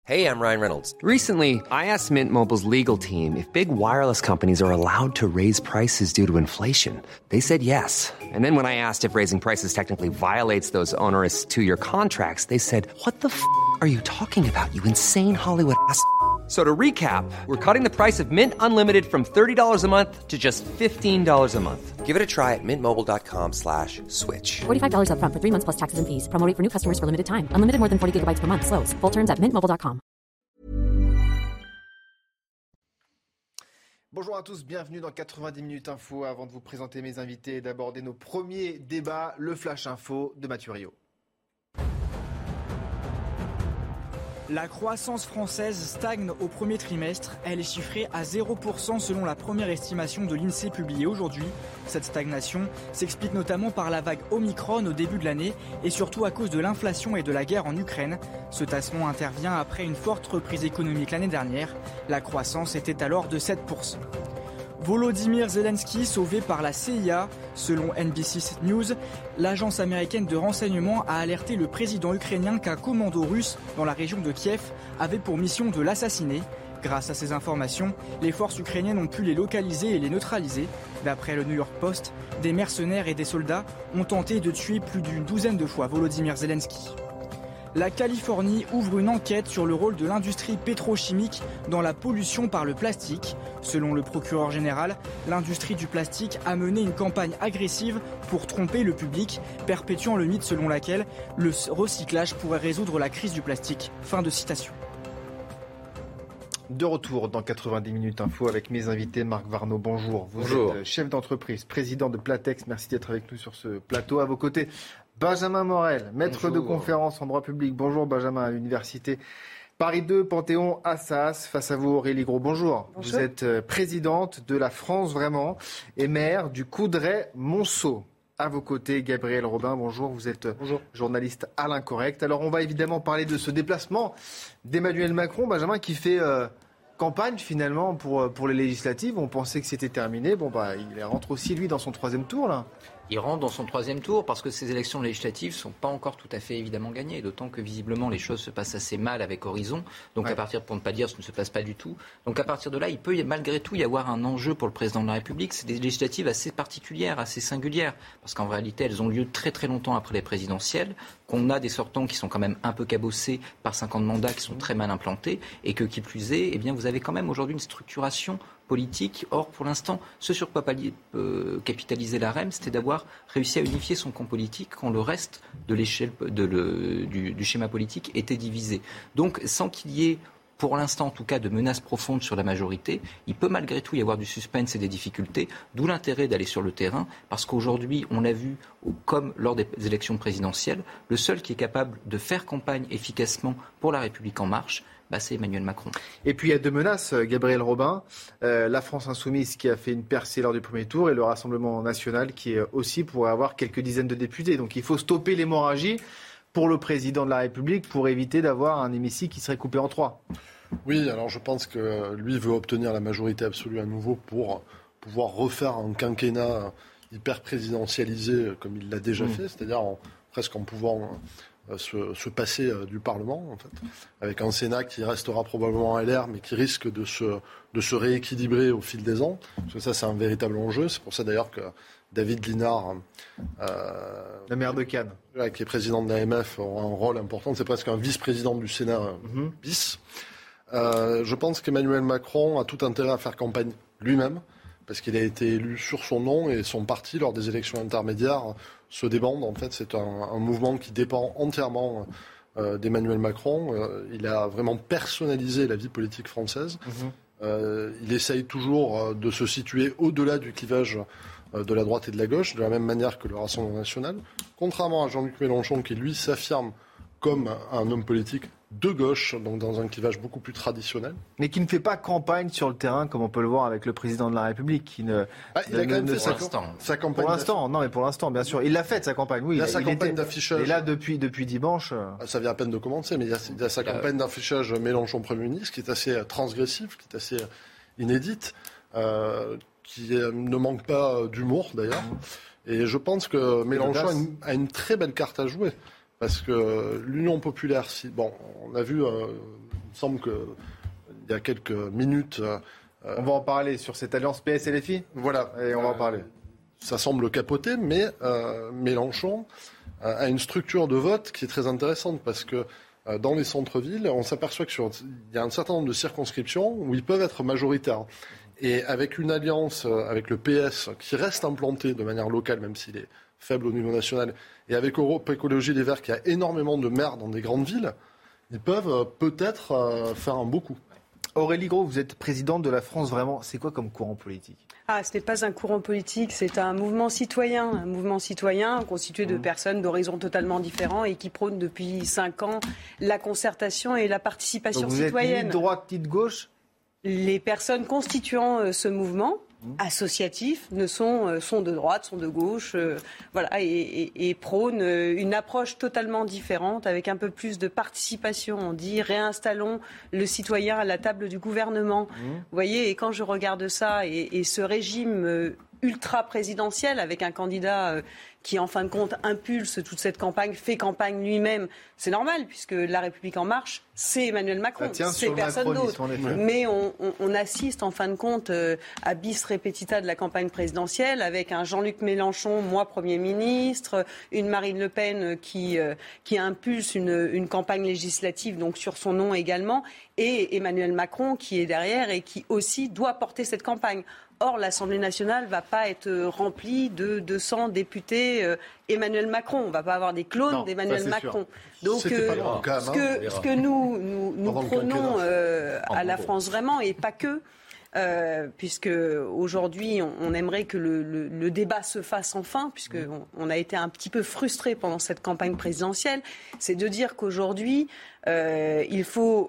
Hey, I'm Ryan Reynolds. Recently, I asked Mint Mobile's legal team if big wireless companies are allowed to raise prices due to inflation. They said yes. And then when I asked if raising prices technically violates those onerous two-year contracts, they said, "What the f*** are you talking about, you insane Hollywood ass?" So to recap, we're cutting the price of Mint Unlimited from $30 a month to just $15 a month. Give it a try at mintmobile.com/switch. $45 up front for 3 months plus taxes and fees. Promo rate for new customers for limited time. Unlimited more than 40 gigabytes per month. Slows full terms at mintmobile.com. Bonjour à tous, bienvenue dans 90 minutes info. Avant de vous présenter mes invités et d'aborder nos premiers débats, le Flash Info de Mathieu Rio. La croissance française stagne au premier trimestre. Elle est chiffrée à 0% selon la première estimation de l'INSEE publiée aujourd'hui. Cette stagnation s'explique notamment par la vague Omicron au début de l'année et surtout à cause de l'inflation et de la guerre en Ukraine. Ce tassement intervient après une forte reprise économique l'année dernière. La croissance était alors de 7%. Volodymyr Zelensky sauvé par la CIA. Selon NBC News, l'agence américaine de renseignement a alerté le président ukrainien qu'un commando russe dans la région de Kiev avait pour mission de l'assassiner. Grâce à ces informations, les forces ukrainiennes ont pu les localiser et les neutraliser. D'après le New York Post, des mercenaires et des soldats ont tenté de tuer plus d'une douzaine de fois Volodymyr Zelensky. La Californie ouvre une enquête sur le rôle de l'industrie pétrochimique dans la pollution par le plastique. Selon le procureur général, l'industrie du plastique a mené une campagne agressive pour tromper le public, perpétuant le mythe selon lequel le recyclage pourrait résoudre la crise du plastique. Fin de citation. De retour dans 90 minutes info avec mes invités. Marc Varnaud, bonjour. Bonjour. Vous êtes chef d'entreprise, président de Platex. Merci d'être avec nous sur ce plateau. À vos côtés, Benjamin Morel, maître de conférence en droit public. Bonjour Benjamin, à l'université Paris 2, Panthéon-Assas. Face à vous, Aurélie Gros, bonjour. Vous êtes présidente de la France Vraiment et maire du Coudray-Monceau. À vos côtés, Gabriel Robin, bonjour. Vous êtes journaliste à l'Incorrect. Alors, on va évidemment parler de ce déplacement d'Emmanuel Macron, Benjamin, qui fait campagne finalement pour les législatives. On pensait que c'était terminé. Il rentre aussi, lui, dans son troisième tour, là. Il rentre dans son troisième tour parce que ces élections législatives ne sont pas encore tout à fait évidemment gagnées, d'autant que visiblement les choses se passent assez mal avec Horizon, donc à partir, pour ne pas dire ce ne se passe pas du tout, donc à partir de là il peut malgré tout y avoir un enjeu pour le président de la République. C'est des législatives assez particulières, assez singulières, parce qu'en réalité elles ont lieu très très longtemps après les présidentielles, qu'on a des sortants qui sont quand même un peu cabossés par 5 ans de mandat, qui sont très mal implantés, et que qui plus est, eh bien, vous avez quand même aujourd'hui une structuration politique. Or, pour l'instant, ce sur quoi capitaliser la REM, c'était d'avoir réussi à unifier son camp politique quand le reste de l'échelle du schéma politique était divisé. Donc, sans qu'il y ait, pour l'instant en tout cas, de menaces profondes sur la majorité, il peut malgré tout y avoir du suspense et des difficultés, d'où l'intérêt d'aller sur le terrain, parce qu'aujourd'hui, on l'a vu, comme lors des élections présidentielles, le seul qui est capable de faire campagne efficacement pour La République En Marche, c'est Emmanuel Macron. Et puis il y a deux menaces, Gabriel Robin, la France Insoumise qui a fait une percée lors du premier tour et le Rassemblement National qui aussi pourrait avoir quelques dizaines de députés. Donc il faut stopper l'hémorragie pour le président de la République pour éviter d'avoir un hémicycle qui serait coupé en 3. Oui, alors je pense que lui veut obtenir la majorité absolue à nouveau pour pouvoir refaire un quinquennat hyper présidentialisé comme il l'a déjà fait, c'est-à-dire presque en pouvant se passer du Parlement, en fait, avec un Sénat qui restera probablement LR, mais qui risque de se rééquilibrer au fil des ans. Parce que ça, c'est un véritable enjeu. C'est pour ça, d'ailleurs, que David Linard, le maire de Cannes, qui est président de l'AMF, aura un rôle important. C'est presque un vice-président du Sénat bis. Je pense qu'Emmanuel Macron a tout intérêt à faire campagne lui-même, parce qu'il a été élu sur son nom et son parti, lors des élections intermédiaires, se débande. En fait, c'est un mouvement qui dépend entièrement d'Emmanuel Macron. Il a vraiment personnalisé la vie politique française. Il essaye toujours de se situer au-delà du clivage de la droite et de la gauche, de la même manière que le Rassemblement national. Contrairement à Jean-Luc Mélenchon, qui lui s'affirme comme un homme politique de gauche, donc dans un clivage beaucoup plus traditionnel. Mais qui ne fait pas campagne sur le terrain, comme on peut le voir avec le président de la République. Qui ne, il a quand même fait sa campagne. Pour l'instant, non, mais pour l'instant, bien sûr. Il l'a fait, sa campagne. Oui, il a sa campagne d'affichage. Et là, depuis dimanche... Ça vient à peine de commencer, mais il y a sa campagne d'affichage Mélenchon Premier ministre, qui est assez transgressive, qui est assez inédite, qui ne manque pas d'humour, d'ailleurs. Et je pense que Mélenchon a une très belle carte à jouer. Parce que l'Union populaire, on a vu me semble qu'il y a quelques minutes... on va en parler sur cette alliance PS-LFI. Voilà. Et on va en parler. Ça semble capoter, mais Mélenchon a une structure de vote qui est très intéressante parce que dans les centres-villes, on s'aperçoit qu'il y a un certain nombre de circonscriptions où ils peuvent être majoritaires. Et avec une alliance avec le PS qui reste implanté de manière locale, même s'il est faible au niveau national, et avec Europe Écologie Les Verts qui a énormément de maires dans des grandes villes, ils peuvent peut-être faire un beau coup. Aurélie Gros, vous êtes présidente de la France Vraiment. C'est quoi comme courant politique ? Ce n'est pas un courant politique, c'est un mouvement citoyen constitué de personnes d'horizons totalement différents et qui prône depuis 5 ans la concertation et la participation Donc vous citoyenne. Vous êtes ni de droite ni de gauche ? Les personnes constituant ce mouvement associatifs sont de droite, sont de gauche, et prônent une approche totalement différente, avec un peu plus de participation. On dit réinstallons le citoyen à la table du gouvernement. Vous voyez, et quand je regarde ça et ce régime ultra-présidentiel avec un candidat qui, en fin de compte, impulse toute cette campagne, fait campagne lui-même. C'est normal, puisque La République En Marche, c'est Emmanuel Macron, c'est personne d'autre. Mais on assiste, en fin de compte, à bis repetita de la campagne présidentielle, avec un Jean-Luc Mélenchon, moi Premier ministre, une Marine Le Pen qui impulse une campagne législative, donc sur son nom également, et Emmanuel Macron qui est derrière et qui aussi doit porter cette campagne. Or, l'Assemblée nationale ne va pas être remplie de 200 députés Emmanuel Macron. On ne va pas avoir des clones d'Emmanuel Macron. Donc, ce que nous prônons à la France Vraiment, et pas que, puisque aujourd'hui, on aimerait que le débat se fasse enfin, puisqu'on a été un petit peu frustrés pendant cette campagne présidentielle, c'est de dire qu'aujourd'hui, il faut...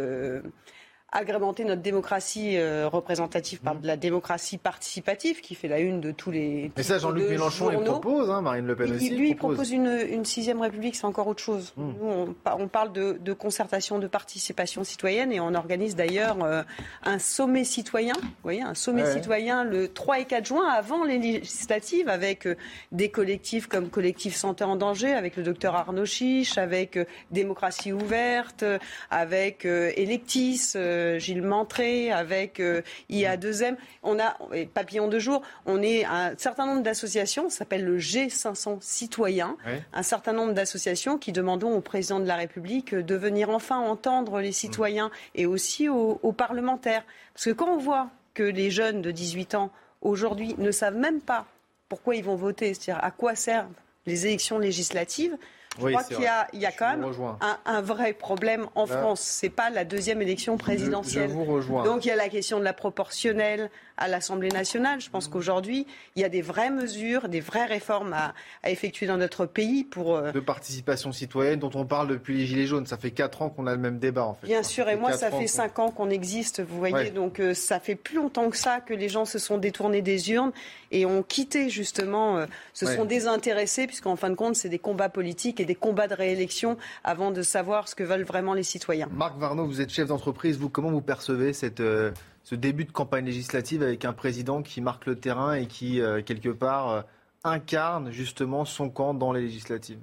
agrémenter notre démocratie représentative par de la démocratie participative qui fait la une de tous les Mais ça, Jean-Luc Mélenchon, il propose, Marine Le Pen aussi. Lui, il propose une sixième République, c'est encore autre chose. Nous, on parle de concertation, de participation citoyenne, et on organise d'ailleurs un sommet citoyen, vous voyez, citoyen le 3 et 4 juin, avant les législatives, avec des collectifs comme Collectif Santé en Danger, avec le docteur Arnaud Chiche, avec Démocratie Ouverte, avec Electis, Gilles Mentré, avec IA2M, on a Papillon de Jour, on est un certain nombre d'associations, ça s'appelle le G500 citoyens, un certain nombre d'associations qui demandons au président de la République de venir enfin entendre les citoyens et aussi aux parlementaires. Parce que quand on voit que les jeunes de 18 ans aujourd'hui ne savent même pas pourquoi ils vont voter, c'est-à-dire à quoi servent les élections législatives, je crois qu'il y a quand même un vrai problème en France. Ce n'est pas la deuxième élection présidentielle. Je vous rejoins. Donc il y a la question de la proportionnelle à l'Assemblée nationale. Je pense qu'aujourd'hui, il y a des vraies mesures, des vraies réformes à effectuer dans notre pays pour... De participation citoyenne dont on parle depuis les Gilets jaunes. Ça fait 4 ans qu'on a le même débat, en fait. Bien sûr, et moi, ça fait 5 ans qu'on existe, vous voyez. Donc ça fait plus longtemps que ça que les gens se sont détournés des urnes et ont quitté, justement, se sont désintéressés, puisqu'en fin de compte, c'est des combats politiques et des combats de réélection avant de savoir ce que veulent vraiment les citoyens. Marc Varnaud, vous êtes chef d'entreprise. Vous, comment vous percevez ce début de campagne législative avec un président qui marque le terrain et qui, quelque part, incarne justement son camp dans les législatives?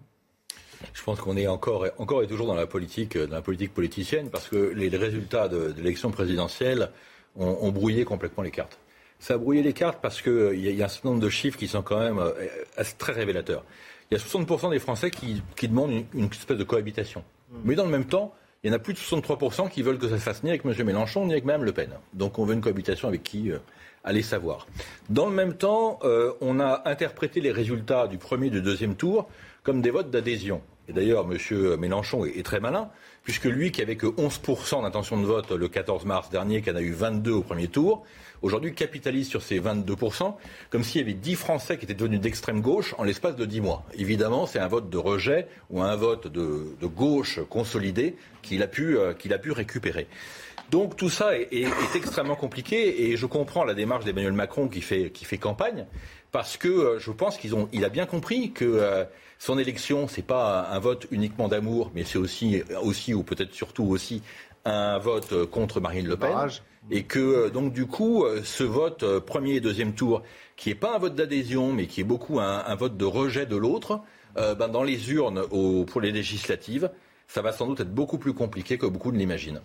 Je pense qu'on est encore et toujours dans la politique politicienne, parce que les résultats de l'élection présidentielle ont brouillé complètement les cartes. Ça a brouillé les cartes parce qu'il y a un certain nombre de chiffres qui sont quand même très révélateurs. Il y a 60% des Français qui demandent une espèce de cohabitation. Mais dans le même temps, il y en a plus de 63% qui veulent que ça se fasse ni avec M. Mélenchon ni avec Mme Le Pen. Donc on veut une cohabitation avec qui allez savoir. Dans le même temps, on a interprété les résultats du premier et du deuxième tour comme des votes d'adhésion. Et d'ailleurs, M. Mélenchon est très malin, puisque lui, qui avait que 11% d'intention de vote le 14 mars dernier, qui en a eu 22 au premier tour, aujourd'hui capitalise sur ces 22%, comme s'il y avait 10 Français qui étaient devenus d'extrême gauche en l'espace de 10 mois. Évidemment, c'est un vote de rejet ou un vote de gauche consolidé qu'il a pu récupérer. Donc tout ça est extrêmement compliqué, et je comprends la démarche d'Emmanuel Macron qui fait campagne, parce que je pense qu'il a bien compris que son élection, c'est pas un vote uniquement d'amour, mais c'est aussi ou peut-être surtout aussi un vote contre Marine Le Pen. Et que donc du coup, ce vote premier et deuxième tour, qui n'est pas un vote d'adhésion, mais qui est beaucoup un vote de rejet de l'autre, dans les urnes pour les législatives, ça va sans doute être beaucoup plus compliqué que beaucoup ne l'imaginent.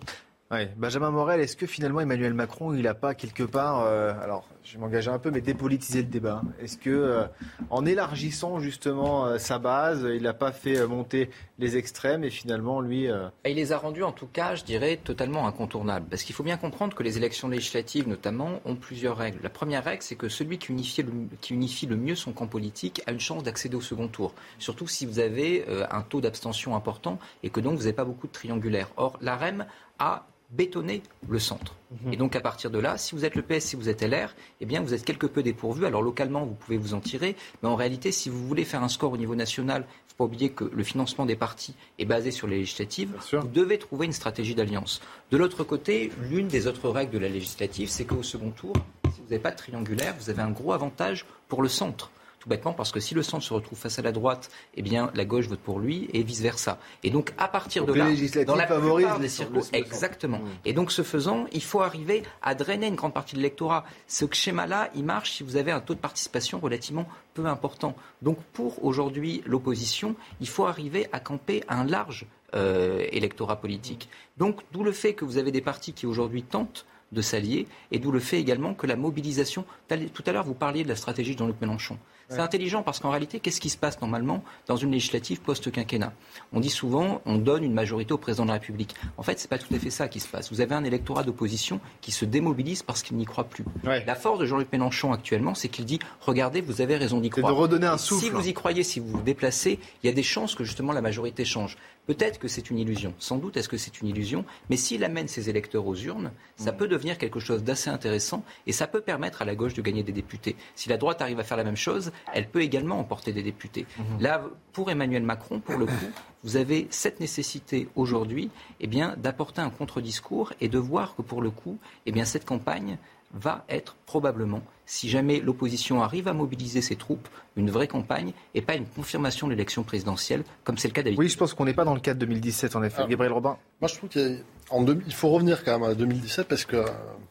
Oui. Benjamin Morel, est-ce que finalement Emmanuel Macron, il n'a pas quelque part, alors je vais m'engager un peu, mais dépolitiser le débat? Est-ce que en élargissant justement sa base, il n'a pas fait monter les extrêmes et finalement lui... Il les a rendus en tout cas, je dirais, totalement incontournables. Parce qu'il faut bien comprendre que les élections législatives notamment ont plusieurs règles. La première règle, c'est que celui qui unifie le mieux son camp politique a une chance d'accéder au second tour. Surtout si vous avez un taux d'abstention important et que donc vous n'avez pas beaucoup de triangulaires. Or, la REM a bétonner le centre. Et donc à partir de là, si vous êtes le PS, si vous êtes LR, eh bien vous êtes quelque peu dépourvu. Alors localement, vous pouvez vous en tirer, mais en réalité, si vous voulez faire un score au niveau national, il ne faut pas oublier que le financement des partis est basé sur les législatives. Vous devez trouver une stratégie d'alliance. De l'autre côté, l'une des autres règles de la législative, c'est qu'au second tour, si vous n'avez pas de triangulaire, vous avez un gros avantage pour le centre. Tout bêtement parce que si le centre se retrouve face à la droite, eh bien la gauche vote pour lui et vice versa. Et donc à partir de là, dans la plupart des circonscriptions, exactement. Et donc ce faisant, il faut arriver à drainer une grande partie de l'électorat. Ce schéma-là, il marche si vous avez un taux de participation relativement peu important. Donc pour aujourd'hui l'opposition, il faut arriver à camper un large électorat politique. Donc d'où le fait que vous avez des partis qui aujourd'hui tentent de s'allier, et d'où le fait également que la mobilisation... Tout à l'heure, vous parliez de la stratégie de Jean-Luc Mélenchon. C'est intelligent parce qu'en réalité, qu'est-ce qui se passe normalement dans une législative post-quinquennat? On dit souvent, on donne une majorité au président de la République. En fait, c'est pas tout à fait ça qui se passe. Vous avez un électorat d'opposition qui se démobilise parce qu'il n'y croit plus. La force de Jean-Luc Mélenchon actuellement, c'est qu'il dit, regardez, vous avez raison d'y croire. C'est de redonner un souffle. Si vous y croyez, si vous vous déplacez, il y a des chances que justement la majorité change. Peut-être que c'est une illusion. Sans doute est-ce que c'est une illusion. Mais s'il amène ses électeurs aux urnes, ça peut devenir quelque chose d'assez intéressant et ça peut permettre à la gauche de gagner des députés. Si la droite arrive à faire la même chose, elle peut également emporter des députés. Là, pour Emmanuel Macron, pour le coup, vous avez cette nécessité aujourd'hui d'apporter un contre-discours et de voir que pour le coup, cette campagne va être probablement, si jamais l'opposition arrive à mobiliser ses troupes, une vraie campagne et pas une confirmation de l'élection présidentielle, comme c'est le cas d'habitude. Oui, je pense qu'on n'est pas dans le cadre 2017, en effet. Gabriel Robin. Moi, je trouve qu'il faut revenir quand même à 2017 parce que,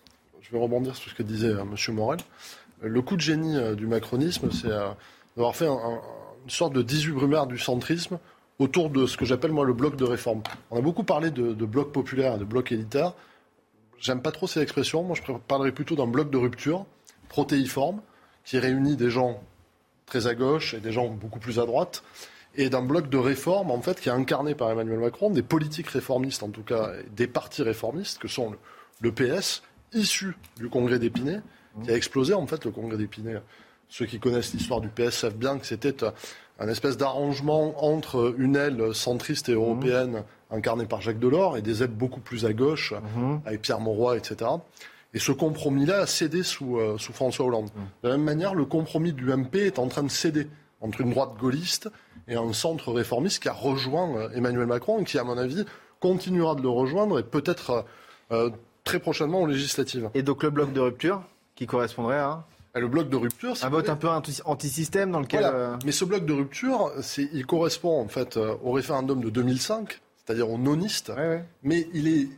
je vais rebondir sur ce que disait M. Morel, le coup de génie du macronisme, c'est d'avoir fait une sorte de 18 brumaire du centrisme autour de ce que j'appelle moi le bloc de réforme. On a beaucoup parlé de bloc populaire et de bloc élitaire. J'aime pas trop ces expressions. Moi, je parlerais plutôt d'un bloc de rupture protéiforme qui réunit des gens très à gauche et des gens beaucoup plus à droite, et d'un bloc de réforme en fait qui est incarné par Emmanuel Macron, des politiques réformistes en tout cas, des partis réformistes que sont le PS, issu du Congrès d'Épinay, qui a explosé en fait le Congrès d'Épinay. Ceux qui connaissent l'histoire du PS savent bien que c'était un espèce d'arrangement entre une aile centriste et européenne incarnée par Jacques Delors et des ailes beaucoup plus à gauche, avec Pierre Mauroy, etc. Et ce compromis-là a cédé sous François Hollande. De la même manière, le compromis de l'UMP est en train de céder entre une droite gaulliste et un centre réformiste qui a rejoint Emmanuel Macron et qui, à mon avis, continuera de le rejoindre et peut-être très prochainement aux législatives. Et donc le bloc de rupture qui correspondrait à... Le bloc de rupture, un vote un peu anti-système dans lequel... Voilà. Mais ce bloc de rupture, il correspond en fait au référendum de 2005, c'est-à-dire aux nonistes, mais il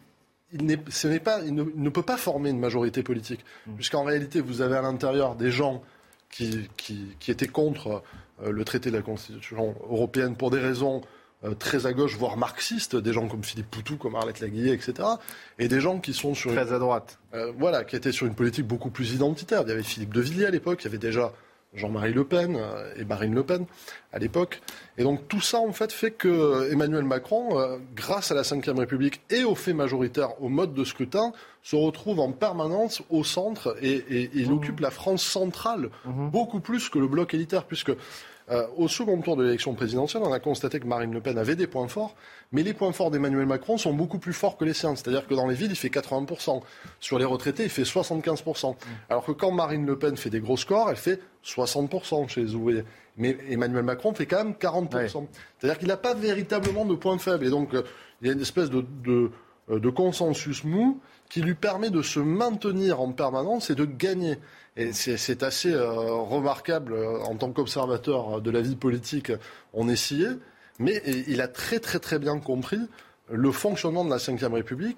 ne peut pas former une majorité politique, puisqu'en réalité, vous avez à l'intérieur des gens qui étaient contre le traité de la Constitution européenne pour des raisons très à gauche, voire marxistes, des gens comme Philippe Poutou, comme Arlette Laguillet, etc. Et des gens qui sont sur... Très à droite. Qui étaient sur une politique beaucoup plus identitaire. Il y avait Philippe de Villiers à l'époque, il y avait déjà Jean-Marie Le Pen et Marine Le Pen à l'époque. Et donc tout ça, en fait que Emmanuel Macron, grâce à la Ve République et au fait majoritaire, au mode de scrutin, se retrouve en permanence au centre et il occupe la France centrale, beaucoup plus que le bloc élitaire, puisque... au second tour de l'élection présidentielle, on a constaté que Marine Le Pen avait des points forts, mais les points forts d'Emmanuel Macron sont beaucoup plus forts que les siens. C'est-à-dire que dans les villes, il fait 80%. Sur les retraités, il fait 75%. Alors que quand Marine Le Pen fait des gros scores, elle fait 60% chez les ouvriers. Mais Emmanuel Macron fait quand même 40%. Ouais. C'est-à-dire qu'il n'a pas véritablement de points faibles. Et donc, il y a une espèce de consensus mou qui lui permet de se maintenir en permanence et de gagner. Et c'est assez remarquable en tant qu'observateur de la vie politique, on est scié, mais il a très très très bien compris le fonctionnement de la Ve République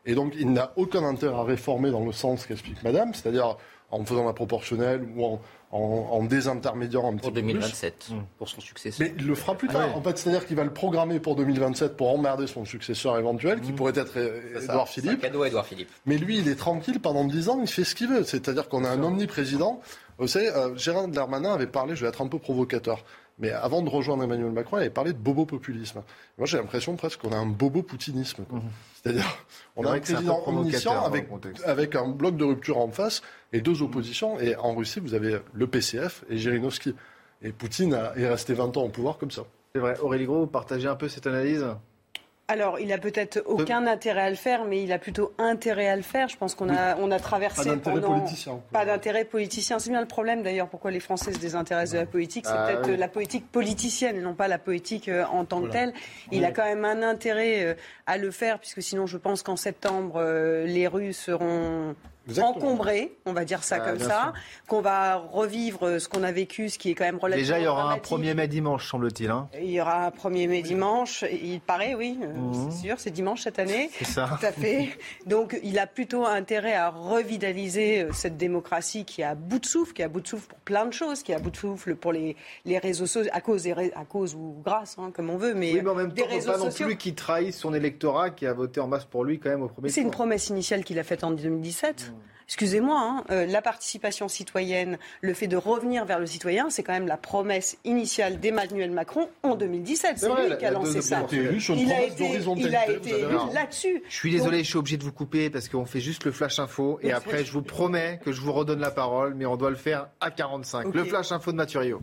Et donc, il n'a aucun intérêt à réformer dans le sens qu'explique Madame, c'est-à-dire en faisant la proportionnelle ou en désintermédiant un petit peu plus. Pour 2027, pour son successeur. Mais il le fera plus tard. En fait, c'est-à-dire qu'il va le programmer pour 2027 pour emmerder son successeur éventuel, qui pourrait être Édouard Philippe. C'est un cadeau à Édouard Philippe. Mais lui, il est tranquille pendant 10 ans, il fait ce qu'il veut. C'est-à-dire qu'on a un omniprésident. Vous savez, Gérald Darmanin avait parlé, je vais être un peu provocateur, mais avant de rejoindre Emmanuel Macron, il avait parlé de bobo-populisme. Moi, j'ai l'impression presque qu'on a un bobo-poutinisme. C'est-à-dire, on a un président omniscient avec un bloc de rupture en face et deux oppositions. Et en Russie, vous avez le PCF et Zhirinovsky. Et Poutine est resté 20 ans au pouvoir comme ça. C'est vrai. Aurélie Gros, vous partagez un peu cette analyse ? Alors, il n'a peut-être aucun intérêt à le faire, mais il a plutôt intérêt à le faire. Je pense qu'on a traversé Pas d'intérêt politicien. C'est bien le problème, d'ailleurs, pourquoi les Français se désintéressent de la politique. C'est peut-être la politique politicienne et non pas la politique en tant que telle. Il a quand même un intérêt à le faire, puisque sinon, je pense qu'en septembre, les rues seront encombrés, on va dire ça comme ça, qu'on va revivre ce qu'on a vécu, ce qui est quand même relativement Déjà, il y aura dramatique. un 1er mai dimanche, semble-t-il. Il y aura un 1er mai dimanche, il paraît, oui, c'est sûr, c'est dimanche cette année. C'est ça. Tout à fait. Donc, il a plutôt intérêt à revitaliser cette démocratie qui est à bout de souffle, pour plein de choses, qui est à bout de souffle pour les réseaux sociaux, à cause ou grâce, comme on veut, mais en même temps, des réseaux pas non sociaux. plus qu'il trahisse son électorat qui a voté en masse pour lui quand même au premier tour. C'est une promesse initiale qu'il a faite en 2017. Excusez-moi, la participation citoyenne, le fait de revenir vers le citoyen, c'est quand même la promesse initiale d'Emmanuel Macron en 2017. C'est lui qui a lancé ça. Il a été élu là-dessus. Je suis désolé, je suis obligé de vous couper parce qu'on fait juste le Flash Info et après je vous promets que je vous redonne la parole, mais on doit le faire à 45. Okay. Le Flash Info de Mathurio.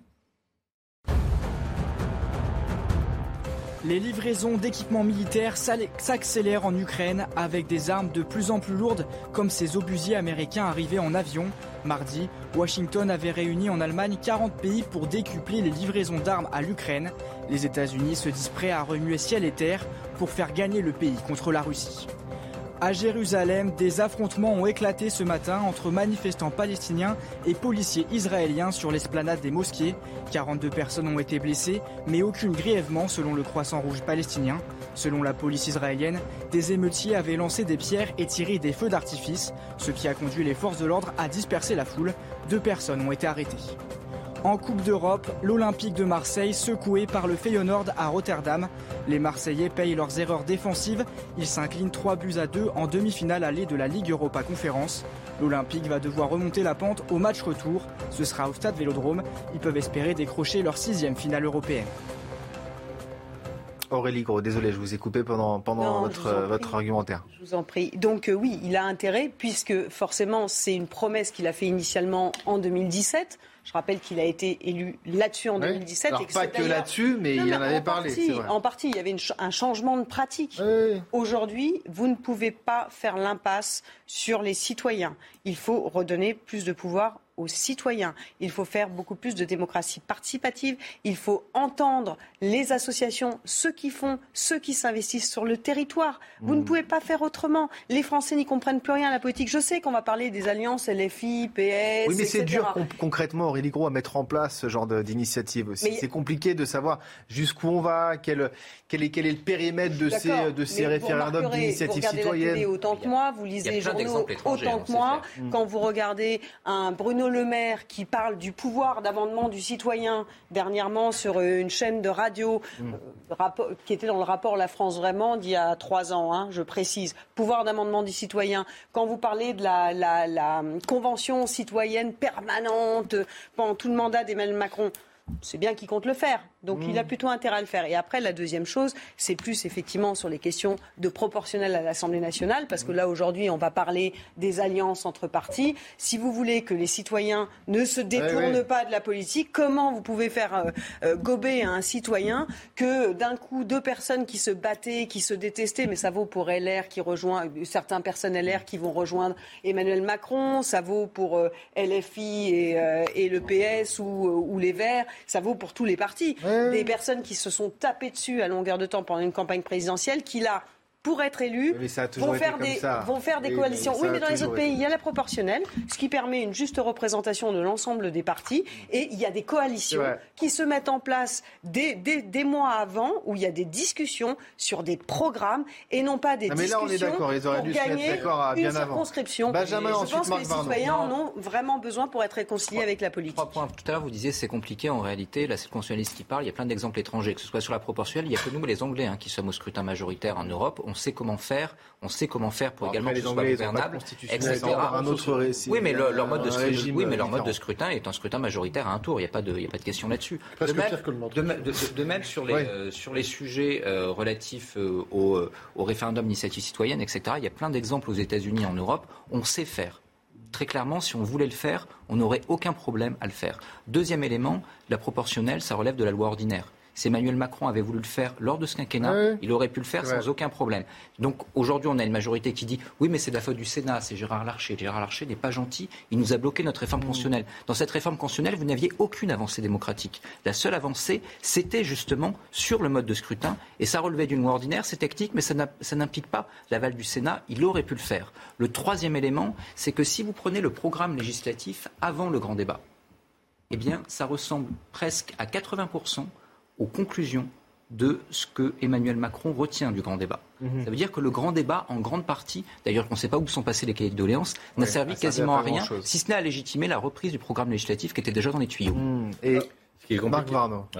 Les livraisons d'équipements militaires s'accélèrent en Ukraine avec des armes de plus en plus lourdes comme ces obusiers américains arrivés en avion. Mardi, Washington avait réuni en Allemagne 40 pays pour décupler les livraisons d'armes à l'Ukraine. Les États-Unis se disent prêts à remuer ciel et terre pour faire gagner le pays contre la Russie. À Jérusalem, des affrontements ont éclaté ce matin entre manifestants palestiniens et policiers israéliens sur l'esplanade des mosquées. 42 personnes ont été blessées, mais aucune grièvement selon le Croissant Rouge palestinien. Selon la police israélienne, des émeutiers avaient lancé des pierres et tiré des feux d'artifice, ce qui a conduit les forces de l'ordre à disperser la foule. 2 personnes ont été arrêtées. En Coupe d'Europe, l'Olympique de Marseille secoué par le Feyenoord à Rotterdam. Les Marseillais payent leurs erreurs défensives. Ils s'inclinent 3-2 en demi-finale allée de la Ligue Europa Conférence. L'Olympique va devoir remonter la pente au match retour. Ce sera au Stade Vélodrome. Ils peuvent espérer décrocher leur 6e finale européenne. Aurélie Gros, désolé, je vous ai coupé pendant votre argumentaire. Je vous en prie. Donc oui, il a intérêt puisque forcément c'est une promesse qu'il a fait initialement en 2017. Je rappelle qu'il a été élu là-dessus en 2017. Alors, et que pas que là-dessus, mais il en avait parlé. C'est vrai. En partie, il y avait un changement de pratique. Oui. Aujourd'hui, vous ne pouvez pas faire l'impasse sur les citoyens. Il faut redonner plus de pouvoir aux citoyens. Il faut faire beaucoup plus de démocratie participative. Il faut entendre les associations, ceux qui s'investissent sur le territoire. Vous ne pouvez pas faire autrement. Les Français n'y comprennent plus rien à la politique. Je sais qu'on va parler des alliances LFI, PS, oui, mais c'est etc. dur concrètement, Aurélie Gros, à mettre en place ce genre d'initiative aussi. C'est compliqué de savoir jusqu'où on va, quel est le périmètre de ces référendums d'initiative citoyenne. Vous regardez la télé autant que moi, vous lisez les journaux autant que moi. Quand vous regardez un Bruno Le Maire qui parle du pouvoir d'amendement du citoyen dernièrement sur une chaîne de radio qui était dans le rapport La France Vraiment d'il y a 3 ans, je précise, pouvoir d'amendement du citoyen. Quand vous parlez de la convention citoyenne permanente pendant tout le mandat d'Emmanuel Macron, c'est bien qu'il compte le faire. Donc il a plutôt intérêt à le faire. Et après, la deuxième chose, c'est plus effectivement sur les questions de proportionnel à l'Assemblée nationale, parce que là, aujourd'hui, on va parler des alliances entre partis. Si vous voulez que les citoyens ne se détournent pas de la politique, comment vous pouvez faire gober à un citoyen que d'un coup, 2 personnes qui se battaient, qui se détestaient, mais ça vaut pour LR qui rejoint, certaines personnes LR qui vont rejoindre Emmanuel Macron, ça vaut pour LFI et le PS ou les Verts, ça vaut pour tous les partis. Des personnes qui se sont tapées dessus à longueur de temps pendant une campagne présidentielle, qui là, pour être élus, vont faire des coalitions. Oui, mais dans les autres pays, il y a la proportionnelle, ce qui permet une juste représentation de l'ensemble des partis. Et il y a des coalitions qui se mettent en place des mois avant, où il y a des discussions sur des programmes et non pas des discussions on est d'accord, ils auraient dû se mettre d'accord à bien une circonscription. Benjamin, je pense que les citoyens en ont vraiment besoin pour être réconciliés avec la politique. 3 points. Tout à l'heure, vous disiez c'est compliqué. En réalité, la circonstitutionnaliste qui parle, il y a plein d'exemples étrangers, que ce soit sur la proportionnelle, il n'y a que nous, les Anglais, qui sommes au scrutin majoritaire en Europe. On sait comment faire pour également que ce soit gouvernable, etc. Un autre récit. Oui, mais leur mode de scrutin est un scrutin majoritaire à un tour. Il n'y a pas de question là-dessus. De même sur les sujets relatifs au référendum d'initiative citoyenne, etc. Il y a plein d'exemples aux États-Unis, en Europe. On sait faire. Très clairement, si on voulait le faire, on n'aurait aucun problème à le faire. Deuxième élément, la proportionnelle, ça relève de la loi ordinaire. Si Emmanuel Macron avait voulu le faire lors de ce quinquennat, il aurait pu le faire sans aucun problème. Donc aujourd'hui, on a une majorité qui dit « Oui, mais c'est de la faute du Sénat, c'est Gérard Larcher. Gérard Larcher n'est pas gentil, il nous a bloqué notre réforme constitutionnelle. » Dans cette réforme constitutionnelle, vous n'aviez aucune avancée démocratique. La seule avancée, c'était justement sur le mode de scrutin. Et ça relevait d'une loi ordinaire, c'est technique, mais ça n'implique pas l'aval du Sénat. Il aurait pu le faire. Le troisième élément, c'est que si vous prenez le programme législatif avant le grand débat, eh bien, ça ressemble presque à 80% aux conclusions de ce que Emmanuel Macron retient du grand débat. Ça veut dire que le grand débat, en grande partie, d'ailleurs on ne sait pas où sont passés les cahiers de doléances, n'a servi quasiment à rien, si ce n'est à légitimer la reprise du programme législatif qui était déjà dans les tuyaux. Ce qui est compliqué,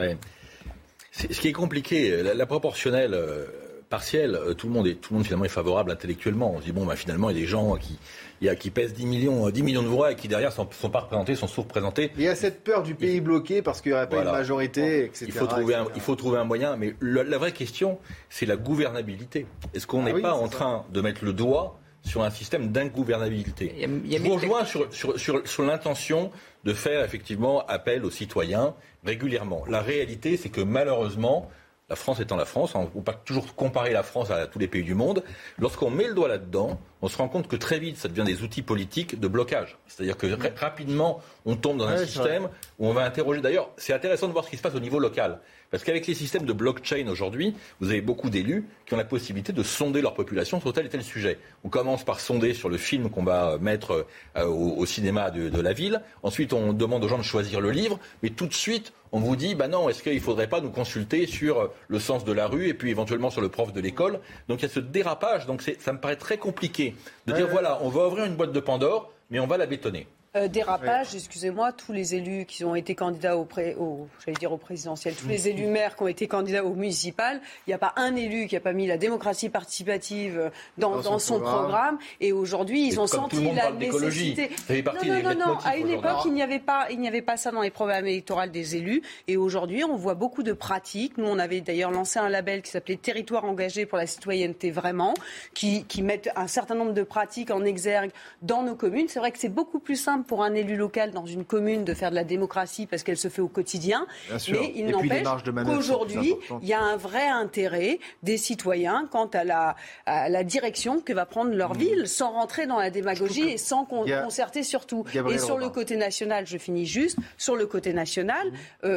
ce qui est compliqué, la proportionnelle partielle, tout le monde finalement est favorable intellectuellement. On se dit finalement il y a des gens qui pèsent 10 millions de voix et qui derrière sont pas représentés, sont sous-représentés. Il y a cette peur du pays bloqué parce qu'il n'y aurait pas une majorité, etc. Il faut trouver un moyen, mais la vraie question, c'est la gouvernabilité. Est-ce qu'on n'est pas en train de mettre le doigt sur un système d'ingouvernabilité? Je vous rejoins sur l'intention de faire effectivement appel aux citoyens régulièrement. La réalité, c'est que malheureusement, la France étant la France, on ne peut pas toujours comparer la France à tous les pays du monde. Lorsqu'on met le doigt là-dedans, on se rend compte que très vite, ça devient des outils politiques de blocage. C'est-à-dire que rapidement, on tombe dans un système où on va interroger. D'ailleurs, c'est intéressant de voir ce qui se passe au niveau local. Parce qu'avec les systèmes de blockchain aujourd'hui, vous avez beaucoup d'élus qui ont la possibilité de sonder leur population sur tel et tel sujet. On commence par sonder sur le film qu'on va mettre au cinéma de la ville. Ensuite, on demande aux gens de choisir le livre. Mais tout de suite, on vous dit, non, est-ce qu'il ne faudrait pas nous consulter sur le sens de la rue et puis éventuellement sur le prof de l'école? Donc il y a ce dérapage. Donc ça me paraît très compliqué de dire, on va ouvrir une boîte de Pandore, mais on va la bétonner. Dérapage, excusez-moi, tous les élus qui ont été candidats au présidentiel, tous les élus maires qui ont été candidats au municipal, il n'y a pas un élu qui n'a pas mis la démocratie participative dans son programme. Et aujourd'hui, ils ont senti la nécessité. Ça fait partie des non. À une époque, il n'y avait pas ça dans les programmes électoraux des élus. Et aujourd'hui, on voit beaucoup de pratiques. Nous, on avait d'ailleurs lancé un label qui s'appelait Territoire engagé pour la citoyenneté vraiment, qui mettent un certain nombre de pratiques en exergue dans nos communes. C'est vrai que c'est beaucoup plus simple pour un élu local dans une commune de faire de la démocratie parce qu'elle se fait au quotidien. Mais il n'empêche qu'aujourd'hui, il y a un vrai intérêt des citoyens quant à la direction que va prendre leur ville, sans rentrer dans la démagogie et sans concerter surtout. Et sur le côté national, je finis juste, sur le côté national,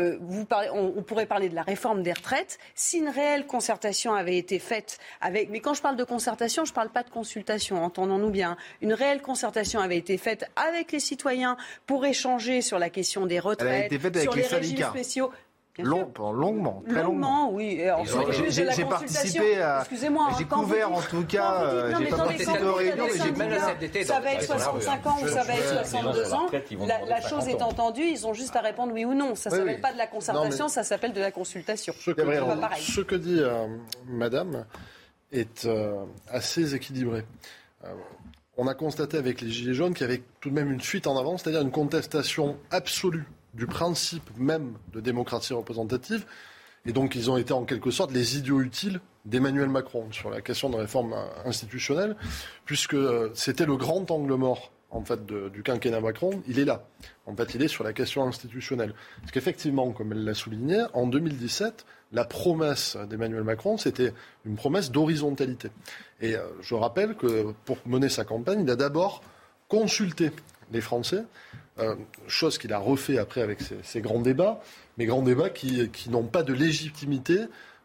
on pourrait parler de la réforme des retraites. Si une réelle concertation avait été faite mais quand je parle de concertation, je ne parle pas de consultation, entendons-nous bien. Une réelle concertation avait été faite avec les citoyens pour échanger sur la question des retraites, sur les régimes spéciaux. Longuement, oui. J'ai participé à... Excusez-moi. J'ai couvert en tout cas... J'ai pas participé aux réunions, mais j'ai même... Ça va être 65 ans ou ça va être 62 ans. La chose est entendue, ils ont juste à répondre oui ou non. Ça ne s'appelle pas de la concertation, ça s'appelle de la consultation. Ce que dit Madame est assez équilibré. On a constaté avec les Gilets jaunes qu'il y avait tout de même une fuite en avant, c'est-à-dire une contestation absolue du principe même de démocratie représentative. Et donc, ils ont été en quelque sorte les idiots utiles d'Emmanuel Macron sur la question de réforme institutionnelle, puisque c'était le grand angle mort en fait, du quinquennat Macron. Il est là. En fait, il est sur la question institutionnelle. Parce qu'effectivement, comme elle l'a souligné, en 2017, la promesse d'Emmanuel Macron, c'était une promesse d'horizontalité. Et je rappelle que pour mener sa campagne, il a d'abord consulté les Français, chose qu'il a refait après avec ses grands débats, mais grands débats qui n'ont pas de légitimité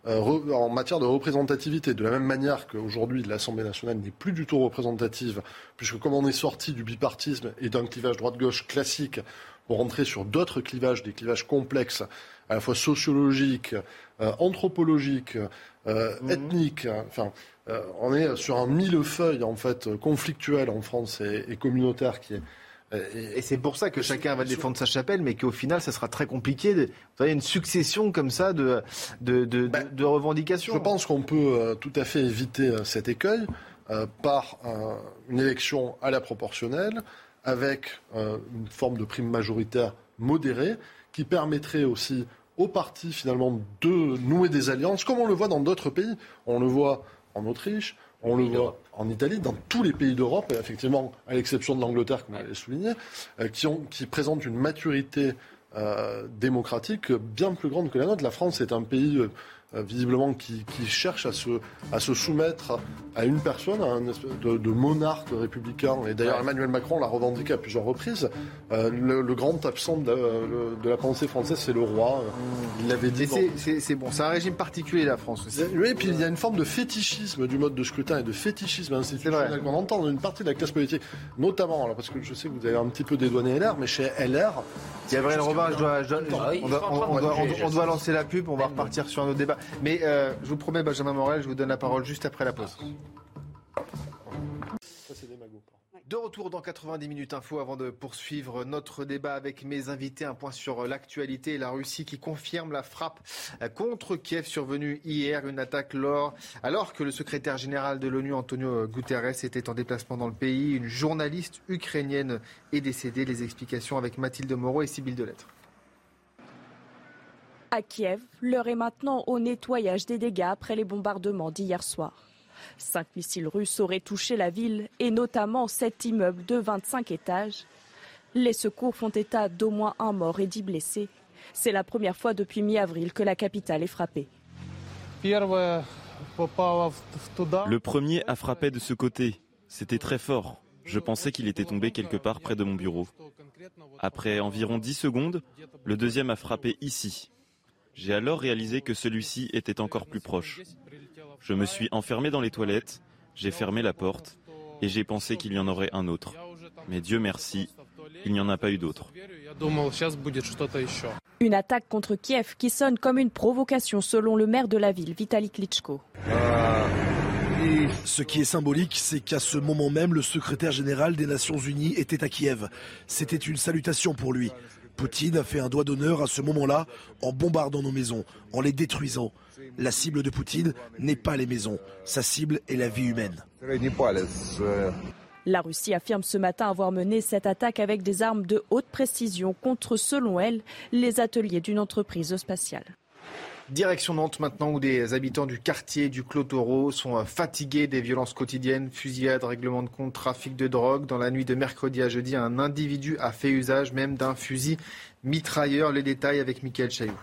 en matière de représentativité. De la même manière qu'aujourd'hui, l'Assemblée nationale n'est plus du tout représentative, puisque comme on est sorti du bipartisme et d'un clivage droite-gauche classique, pour rentrer sur d'autres clivages, des clivages complexes, à la fois sociologiques, anthropologiques, ethniques. On est sur un millefeuille en fait conflictuel en France et communautaire qui est. Et c'est pour ça que chacun va défendre sa chapelle, mais qu'au final, ça sera très compliqué. Vous voyez, une succession comme ça de revendications. Je pense qu'on peut tout à fait éviter cet écueil par une élection à la proportionnelle, avec une forme de prime majoritaire modérée, qui permettrait aussi aux partis finalement de nouer des alliances, comme on le voit dans d'autres pays. On le voit en Autriche, on le voit en Italie, dans tous les pays d'Europe, et effectivement, à l'exception de l'Angleterre, comme vous l'avez souligné, qui présentent une maturité démocratique bien plus grande que la nôtre. La France est un pays visiblement qui cherche à se soumettre à une personne, à un espèce de monarque républicain. Et d'ailleurs, Emmanuel Macron l'a revendiqué à plusieurs reprises. Le grand absent de la pensée française, c'est le roi. Il l'avait dit. C'est bon, c'est un régime particulier, la France aussi. Oui, et puis il y a une forme de fétichisme du mode de scrutin et de fétichisme institutionnel qu'on entend dans une partie de la classe politique. Notamment, alors, parce que je sais que vous avez un petit peu dédouané LR, mais chez LR... Gabriel Robin, on doit lancer la pub, on va repartir sur un autre débat. Mais je vous promets, Benjamin Morel, je vous donne la parole juste après la pause. De retour dans 90 minutes info avant de poursuivre notre débat avec mes invités. Un point sur l'actualité et la Russie qui confirme la frappe contre Kiev survenue hier. Une attaque alors que le secrétaire général de l'ONU, Antonio Guterres, était en déplacement dans le pays. Une journaliste ukrainienne est décédée. Les explications avec Mathilde Moreau et Sybille Delettre. À Kiev, l'heure est maintenant au nettoyage des dégâts après les bombardements d'hier soir. 5 missiles russes auraient touché la ville et notamment cet immeuble de 25 étages. Les secours font état d'au moins un mort et 10 blessés. C'est la première fois depuis mi-avril que la capitale est frappée. Le premier a frappé de ce côté. C'était très fort. Je pensais qu'il était tombé quelque part près de mon bureau. Après environ 10 secondes, le deuxième a frappé ici. J'ai alors réalisé que celui-ci était encore plus proche. Je me suis enfermé dans les toilettes, j'ai fermé la porte et j'ai pensé qu'il y en aurait un autre. Mais Dieu merci, il n'y en a pas eu d'autre. Une attaque contre Kiev qui sonne comme une provocation selon le maire de la ville, Vitali Klitschko. Ce qui est symbolique, c'est qu'à ce moment même, le secrétaire général des Nations Unies était à Kiev. C'était une salutation pour lui. Poutine a fait un doigt d'honneur à ce moment-là en bombardant nos maisons, en les détruisant. La cible de Poutine n'est pas les maisons, sa cible est la vie humaine. La Russie affirme ce matin avoir mené cette attaque avec des armes de haute précision contre, selon elle, les ateliers d'une entreprise spatiale. Direction Nantes maintenant, où des habitants du quartier du Clos Taureau sont fatigués des violences quotidiennes, fusillades, règlements de compte, trafic de drogue. Dans la nuit de mercredi à jeudi, un individu a fait usage même d'un fusil mitrailleur. Les détails avec Mickaël Chailloux.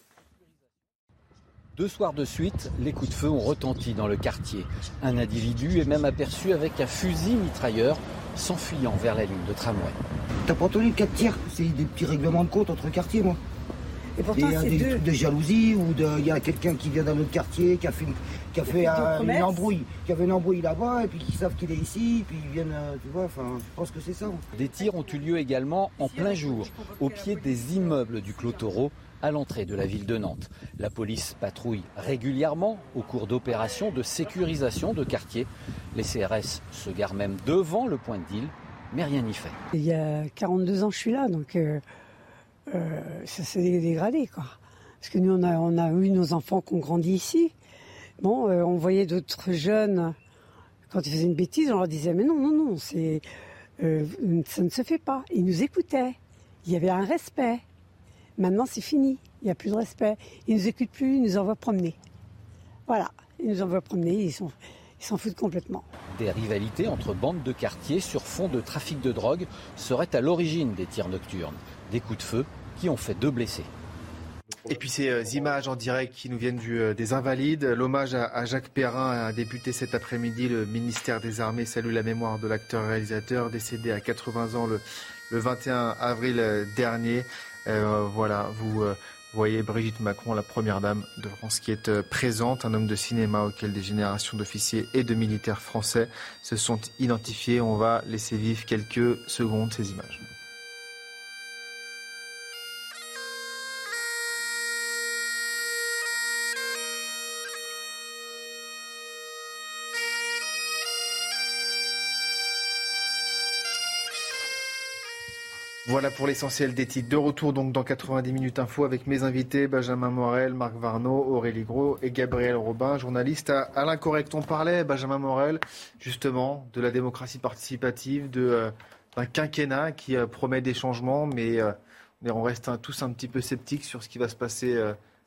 2 soirs de suite, les coups de feu ont retenti dans le quartier. Un individu est même aperçu avec un fusil mitrailleur s'enfuyant vers la ligne de tramway. T'as pas entendu 4 tirs? C'est des petits règlements de compte entre quartiers, moi. Et pourtant, il y a des trucs de jalousie ou il y a quelqu'un qui vient d'un autre quartier qui a fait une embrouille, qui avait une embrouille là-bas et puis qui savent qu'il est ici, puis ils viennent, tu vois, enfin, je pense que c'est ça. Des tirs ont eu lieu également en plein jour, au pied des immeubles du Clos Taureau, à l'entrée de la ville de Nantes. La police patrouille régulièrement au cours d'opérations de sécurisation de quartier. Les CRS se garent même devant le point de deal, mais rien n'y fait. Il y a 42 ans que je suis là, donc ça s'est dégradé, quoi. Parce que nous, on a eu nos enfants qui ont grandi ici. Bon, on voyait d'autres jeunes, quand ils faisaient une bêtise, on leur disait « mais non, ça ne se fait pas ». Ils nous écoutaient, il y avait un respect. Maintenant, c'est fini, il n'y a plus de respect. Ils ne nous écoutent plus, ils nous envoient promener. Voilà, ils nous envoient promener, ils s'en foutent complètement. Des rivalités entre bandes de quartier sur fond de trafic de drogue seraient à l'origine des tirs nocturnes. Des coups de feu qui ont fait 2 blessés. Et puis ces images en direct qui nous viennent des Invalides. L'hommage à Jacques Perrin a débuté cet après-midi. Le ministère des Armées salue la mémoire de l'acteur-réalisateur décédé à 80 ans le 21 avril dernier. Voilà, vous Vous voyez Brigitte Macron, la première dame de France, qui est présente, un homme de cinéma auquel des générations d'officiers et de militaires français se sont identifiés. On va laisser vivre quelques secondes ces images. Voilà pour l'essentiel des titres. De retour donc dans 90 minutes info avec mes invités Benjamin Morel, Marc Varnaud, Aurélie Gros et Gabriel Robin, journaliste à l'Incorrect. On parlait, Benjamin Morel, justement de la démocratie participative, d'un quinquennat qui promet des changements, mais on reste tous un petit peu sceptiques sur ce qui va se passer.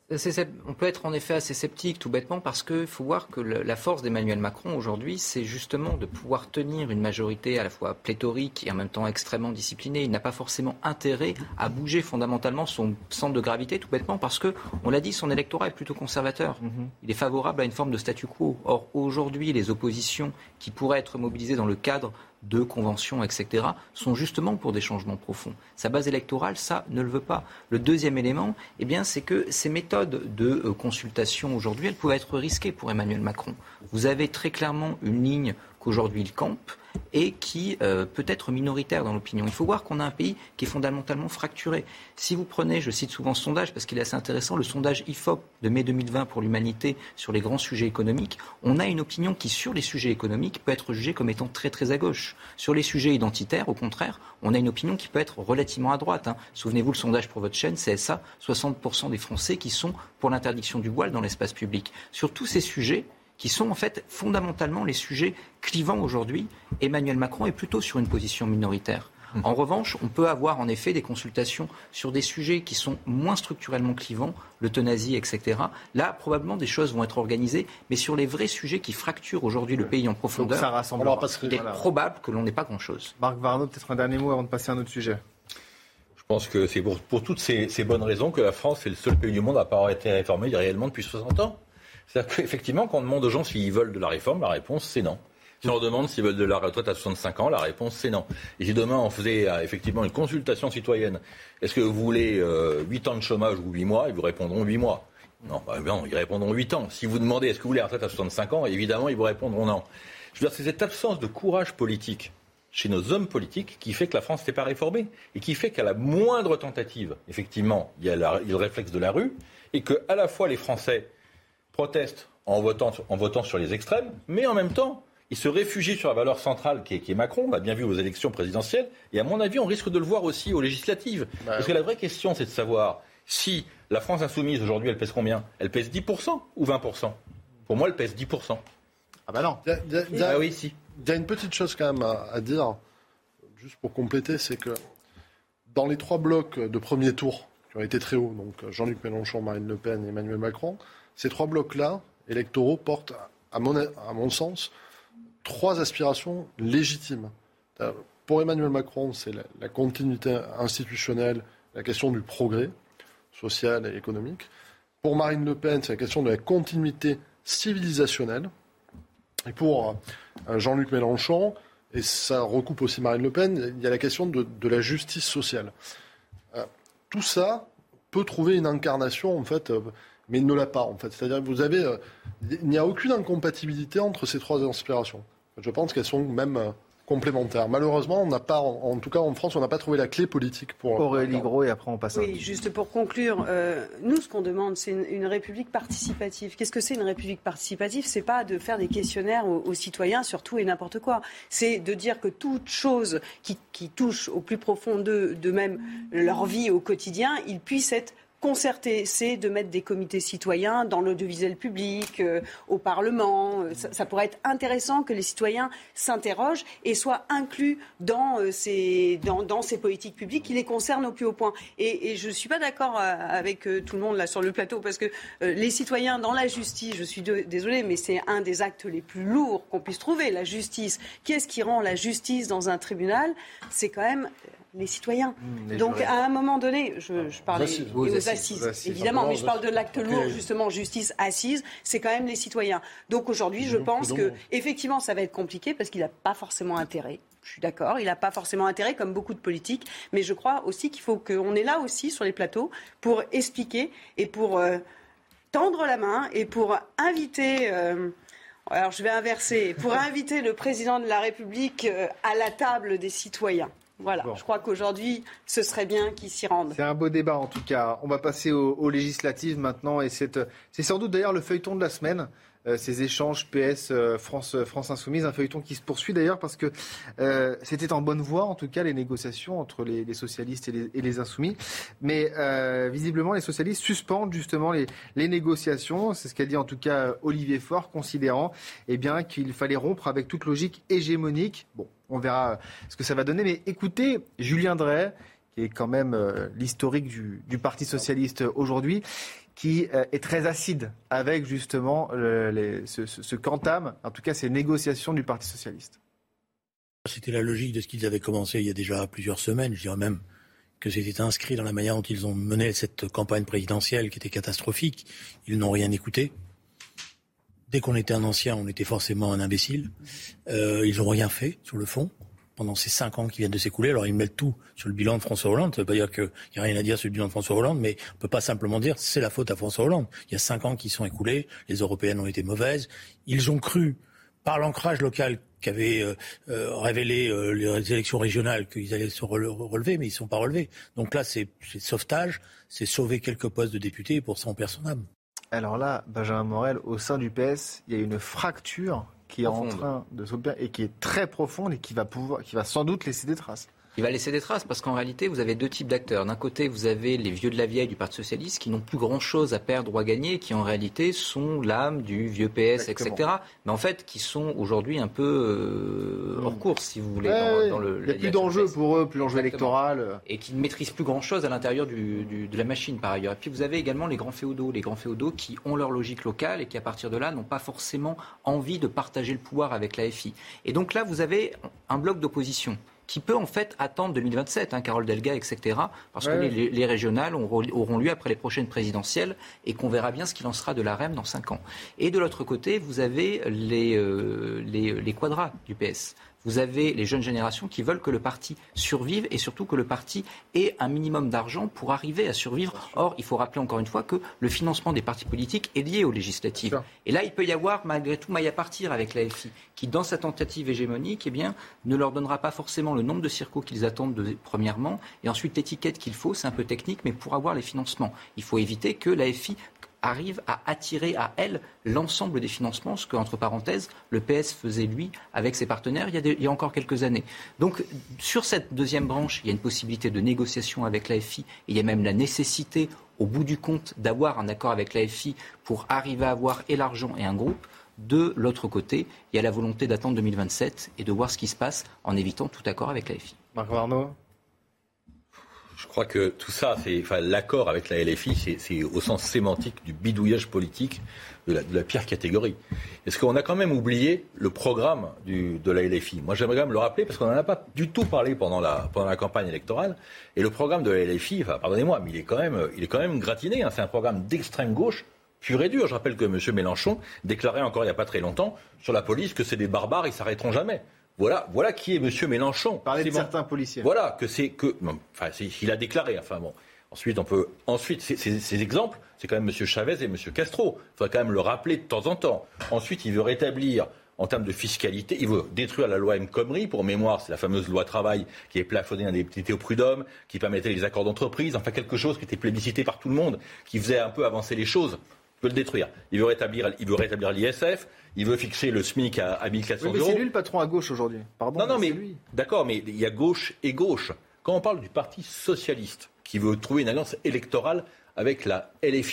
On peut être en effet assez sceptique tout bêtement parce qu'il faut voir que la force d'Emmanuel Macron aujourd'hui, c'est justement de pouvoir tenir une majorité à la fois pléthorique et en même temps extrêmement disciplinée. Il n'a pas forcément intérêt à bouger fondamentalement son centre de gravité tout bêtement parce que, on l'a dit, son électorat est plutôt conservateur. Il est favorable à une forme de statu quo. Or, aujourd'hui, les oppositions qui pourraient être mobilisées dans le cadre de conventions, etc., sont justement pour des changements profonds. Sa base électorale, ça, ne le veut pas. Le deuxième élément, c'est que ces méthodes de consultation aujourd'hui, elles pouvaient être risquées pour Emmanuel Macron. Vous avez très clairement une ligne qu'aujourd'hui il campe et qui peut être minoritaire dans l'opinion. Il faut voir qu'on a un pays qui est fondamentalement fracturé. Si vous prenez, je cite souvent ce sondage parce qu'il est assez intéressant, le sondage IFOP de mai 2020 pour l'humanité sur les grands sujets économiques, on a une opinion qui, sur les sujets économiques, peut être jugée comme étant très très à gauche. Sur les sujets identitaires, au contraire, on a une opinion qui peut être relativement à droite. Souvenez-vous, le sondage pour votre chaîne, CSA, 60% des Français qui sont pour l'interdiction du voile dans l'espace public. Sur tous ces sujets, qui sont en fait fondamentalement les sujets clivants aujourd'hui, Emmanuel Macron est plutôt sur une position minoritaire. En revanche, on peut avoir en effet des consultations sur des sujets qui sont moins structurellement clivants, l'euthanasie, etc. Là, probablement, des choses vont être organisées, mais sur les vrais sujets qui fracturent aujourd'hui le pays en profondeur, ça rassemblera. Il est probable que l'on n'ait pas grand-chose. Marc Varnaud, peut-être un dernier mot avant de passer à un autre sujet. Je pense que c'est pour toutes ces bonnes raisons que la France est le seul pays du monde à pas avoir été réformé réellement depuis 60 ans. C'est-à-dire qu'effectivement, quand on demande aux gens s'ils veulent de la réforme, la réponse c'est non. Si on leur demande s'ils veulent de la retraite à 65 ans, la réponse c'est non. Et si demain on faisait effectivement une consultation citoyenne, est-ce que vous voulez 8 ans de chômage ou 8 mois, ils vous répondront 8 mois. Non, ils répondront 8 ans. Si vous demandez est-ce que vous voulez la retraite à 65 ans, évidemment ils vous répondront non. Je veux dire, c'est cette absence de courage politique chez nos hommes politiques qui fait que la France n'est pas réformée et qui fait qu'à la moindre tentative, effectivement, il y a le réflexe de la rue et que à la fois les Français protestent en votant sur les extrêmes, mais en même temps, ils se réfugient sur la valeur centrale qui est Macron. On l'a bien vu aux élections présidentielles. Et à mon avis, on risque de le voir aussi aux législatives. Parce que la vraie question, c'est de savoir si la France insoumise, aujourd'hui, elle pèse combien ? Elle pèse 10% ou 20% ? Pour moi, elle pèse 10%. Ah bah non. Oui, si. Il y a une petite chose quand même à dire, juste pour compléter, c'est que dans les 3 blocs de premier tour, qui ont été très hauts, donc Jean-Luc Mélenchon, Marine Le Pen et Emmanuel Macron, ces 3 blocs-là, électoraux, portent, à mon sens, 3 aspirations légitimes. Pour Emmanuel Macron, c'est la continuité institutionnelle, la question du progrès social et économique. Pour Marine Le Pen, c'est la question de la continuité civilisationnelle. Et pour Jean-Luc Mélenchon, et ça recoupe aussi Marine Le Pen, il y a la question de la justice sociale. Tout ça peut trouver une incarnation, en fait, mais il ne l'a pas, en fait. C'est-à-dire que il n'y a aucune incompatibilité entre ces 3 aspirations. Je pense qu'elles sont même complémentaires. Malheureusement, on n'a pas, en tout cas en France, on n'a pas trouvé la clé politique pour... Aurélie Gros, et après on passe à... Oui, juste pour conclure, nous, ce qu'on demande, c'est une république participative. Qu'est-ce que c'est une république participative ? C'est pas de faire des questionnaires aux citoyens sur tout et n'importe quoi. C'est de dire que toute chose qui touche au plus profond de même leur vie au quotidien, ils puissent être concerter, c'est de mettre des comités citoyens dans l'audiovisuel public, au Parlement. Ça pourrait être intéressant que les citoyens s'interrogent et soient inclus dans ces politiques publiques qui les concernent au plus haut point. Et je ne suis pas d'accord avec tout le monde là sur le plateau parce que les citoyens dans la justice, je suis désolée, mais c'est un des actes les plus lourds qu'on puisse trouver, la justice. Qui est-ce qui rend la justice dans un tribunal ? C'est quand même les citoyens. Donc à un moment donné, je parlais aux assises, évidemment, mais je parle de l'acte lourd, justement, justice assise, c'est quand même les citoyens. Donc aujourd'hui, je pense que effectivement, ça va être compliqué parce qu'il n'a pas forcément intérêt. Je suis d'accord, il n'a pas forcément intérêt, comme beaucoup de politiques, mais je crois aussi qu'il faut qu'on est là aussi sur les plateaux pour expliquer et pour tendre la main et pour inviter... alors je vais inverser, pour inviter le président de la République à la table des citoyens. Voilà, je crois qu'aujourd'hui, ce serait bien qu'ils s'y rendent. C'est un beau débat en tout cas. On va passer aux législatives maintenant et c'est sans doute d'ailleurs le feuilleton de la semaine. Ces échanges PS France Insoumise, un feuilleton qui se poursuit d'ailleurs parce que c'était en bonne voie en tout cas les négociations entre les socialistes et les insoumis, mais visiblement les socialistes suspendent justement les négociations, c'est ce qu'a dit en tout cas Olivier Faure, considérant qu'il fallait rompre avec toute logique hégémonique. Bon, on verra ce que ça va donner, mais écoutez Julien Drey, qui est quand même l'historique du Parti socialiste aujourd'hui, qui est très acide avec justement ce qu'entament, en tout cas ces négociations du Parti socialiste. C'était la logique de ce qu'ils avaient commencé il y a déjà plusieurs semaines. Je dirais même que c'était inscrit dans la manière dont ils ont mené cette campagne présidentielle qui était catastrophique. Ils n'ont rien écouté. Dès qu'on était un ancien, on était forcément un imbécile. Ils n'ont rien fait sur le fond. Pendant ces 5 ans qui viennent de s'écouler, alors ils mettent tout sur le bilan de François Hollande. Ça ne veut pas dire qu'il n'y a rien à dire sur le bilan de François Hollande, mais on ne peut pas simplement dire c'est la faute à François Hollande. Il y a 5 ans qui sont écoulés, les européennes ont été mauvaises. Ils ont cru, par l'ancrage local qu'avaient révélé les élections régionales, qu'ils allaient se relever, mais ils ne sont pas relevés. Donc là, c'est sauvetage, c'est sauver quelques postes de députés pour 100 personnes âmes. Alors là, Benjamin Morel, au sein du PS, il y a une fracture qui est en train de s'opérer et qui est très profonde et qui va sans doute laisser des traces. Il va laisser des traces parce qu'en réalité, vous avez 2 types d'acteurs. D'un côté, vous avez les vieux de la vieille du Parti socialiste qui n'ont plus grand-chose à perdre ou à gagner, qui en réalité sont l'âme du vieux PS, exactement, etc. Mais en fait, qui sont aujourd'hui un peu hors course, si vous voulez. Dans il n'y a plus d'enjeu pour eux, plus d'enjeu électoral. Et qui ne maîtrisent plus grand-chose à l'intérieur de la machine, par ailleurs. Et puis vous avez également les grands féodaux qui ont leur logique locale et qui, à partir de là, n'ont pas forcément envie de partager le pouvoir avec la FI. Et donc là, vous avez un bloc d'opposition qui peut en fait attendre 2027, Carole Delga, etc. Parce que les régionales auront lieu après les prochaines présidentielles et qu'on verra bien ce qu'il en sera de la REM dans 5 ans. Et de l'autre côté, vous avez les quadras du PS. Vous avez les jeunes générations qui veulent que le parti survive et surtout que le parti ait un minimum d'argent pour arriver à survivre. Or, il faut rappeler encore une fois que le financement des partis politiques est lié aux législatives. Et là, il peut y avoir malgré tout maille à partir avec la FI, qui dans sa tentative hégémonique ne leur donnera pas forcément le nombre de circos qu'ils attendent premièrement, et ensuite l'étiquette qu'il faut, c'est un peu technique, mais pour avoir les financements. Il faut éviter que la FI arrive à attirer à elle l'ensemble des financements, ce que, entre parenthèses, le PS faisait, lui, avec ses partenaires il y a encore quelques années. Donc, sur cette deuxième branche, il y a une possibilité de négociation avec la FI, et il y a même la nécessité, au bout du compte, d'avoir un accord avec la FI pour arriver à avoir et l'argent et un groupe. De l'autre côté, il y a la volonté d'attendre 2027 et de voir ce qui se passe en évitant tout accord avec la FI. Marc Varno ? Je crois que tout ça, l'accord avec la LFI, c'est au sens sémantique du bidouillage politique de la pire catégorie. Est-ce qu'on a quand même oublié le programme de la LFI ? Moi, j'aimerais quand même le rappeler parce qu'on n'en a pas du tout parlé pendant la campagne électorale. Et le programme de la LFI, pardonnez-moi, mais il est quand même gratiné. C'est un programme d'extrême gauche pur et dur. Je rappelle que M. Mélenchon déclarait encore il n'y a pas très longtemps sur la police que c'est des barbares, ils s'arrêteront jamais. Voilà qui est M. Mélenchon. Parler de certains policiers. Voilà il a déclaré. Ensuite, ces exemples, c'est quand même M. Chavez et M. Castro. Il faudrait quand même le rappeler de temps en temps. Ensuite, il veut rétablir, en termes de fiscalité, il veut détruire la loi El Khomri. Pour mémoire, c'est la fameuse loi travail qui est plafonnée d'indemnité au prud'homme, qui permettait les accords d'entreprise. Quelque chose qui était plébiscité par tout le monde, qui faisait un peu avancer les choses. Il veut le détruire. Il veut rétablir l'ISF. Il veut fixer le SMIC à 1 400 euros. Mais c'est lui le patron à gauche aujourd'hui. Non, mais lui. D'accord, mais il y a gauche et gauche. Quand on parle du Parti socialiste, qui veut trouver une alliance électorale avec la LFI,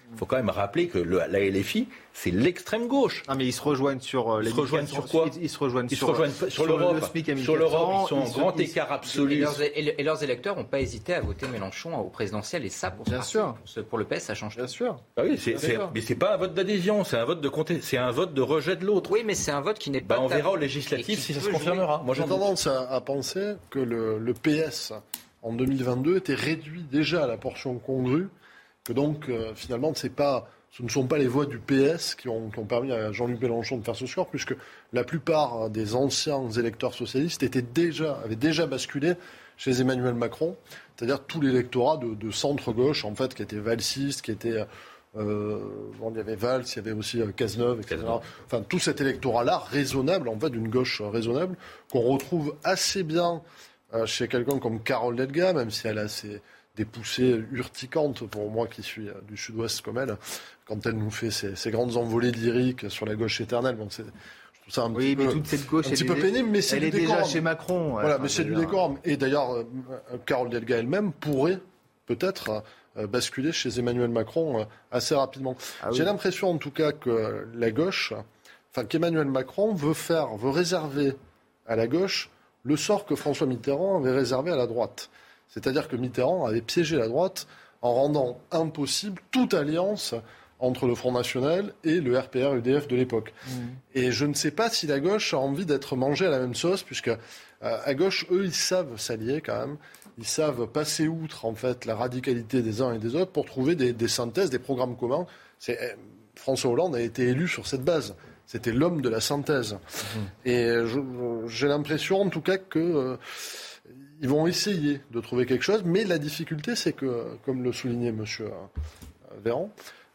Il faut quand même rappeler que la LFI, c'est l'extrême gauche. Ah, mais ils se rejoignent sur les. Ils se rejoignent sur quoi? Ils se rejoignent sur l'Europe. Sur l'Europe, ils sont en grand écart absolu. Et leurs électeurs n'ont pas hésité à voter Mélenchon au présidentiel. Et ça, pour le PS, ça change. Bien sûr. Ah oui, mais c'est pas un vote d'adhésion, c'est un vote c'est un vote de rejet de l'autre. Oui, mais c'est un vote qui n'est pas. On verra aux législatives si ça se confirmera. Moi, j'ai tendance à penser que le PS en 2022 était réduit déjà à la portion congrue. Que donc, finalement, ce ne sont pas les voix du PS qui ont permis à Jean-Luc Mélenchon de faire ce score, puisque la plupart des anciens électeurs socialistes avaient déjà basculé chez Emmanuel Macron, c'est-à-dire tout l'électorat de centre-gauche, en fait, qui était valsiste, qui était... il y avait Valls, il y avait aussi Cazeneuve, etc. Enfin, tout cet électorat-là, raisonnable, en fait, d'une gauche raisonnable, qu'on retrouve assez bien chez quelqu'un comme Carole Delga, même si elle a des poussées urticantes pour moi qui suis du sud-ouest comme elle, quand elle nous fait ces grandes envolées lyriques sur la gauche éternelle. Bon, je trouve ça un petit peu, toute cette gauche, un petit peu pénible, mais c'est du décorum. Elle est déjà chez Macron. Voilà, mais c'est du décorum. Et d'ailleurs, Carole Delga elle-même pourrait peut-être basculer chez Emmanuel Macron assez rapidement. J'ai l'impression en tout cas que la gauche, qu'Emmanuel Macron veut réserver à la gauche le sort que François Mitterrand avait réservé à la droite. C'est-à-dire que Mitterrand avait piégé la droite en rendant impossible toute alliance entre le Front National et le RPR-UDF de l'époque. Et je ne sais pas si la gauche a envie d'être mangée à la même sauce, puisque à gauche, eux, ils savent s'allier quand même. Ils savent passer outre, en fait, la radicalité des uns et des autres pour trouver des synthèses, des programmes communs. François Hollande a été élu sur cette base. C'était l'homme de la synthèse. Et j'ai l'impression, en tout cas, que... ils vont essayer de trouver quelque chose, mais la difficulté, c'est que, comme le soulignait M. Véran,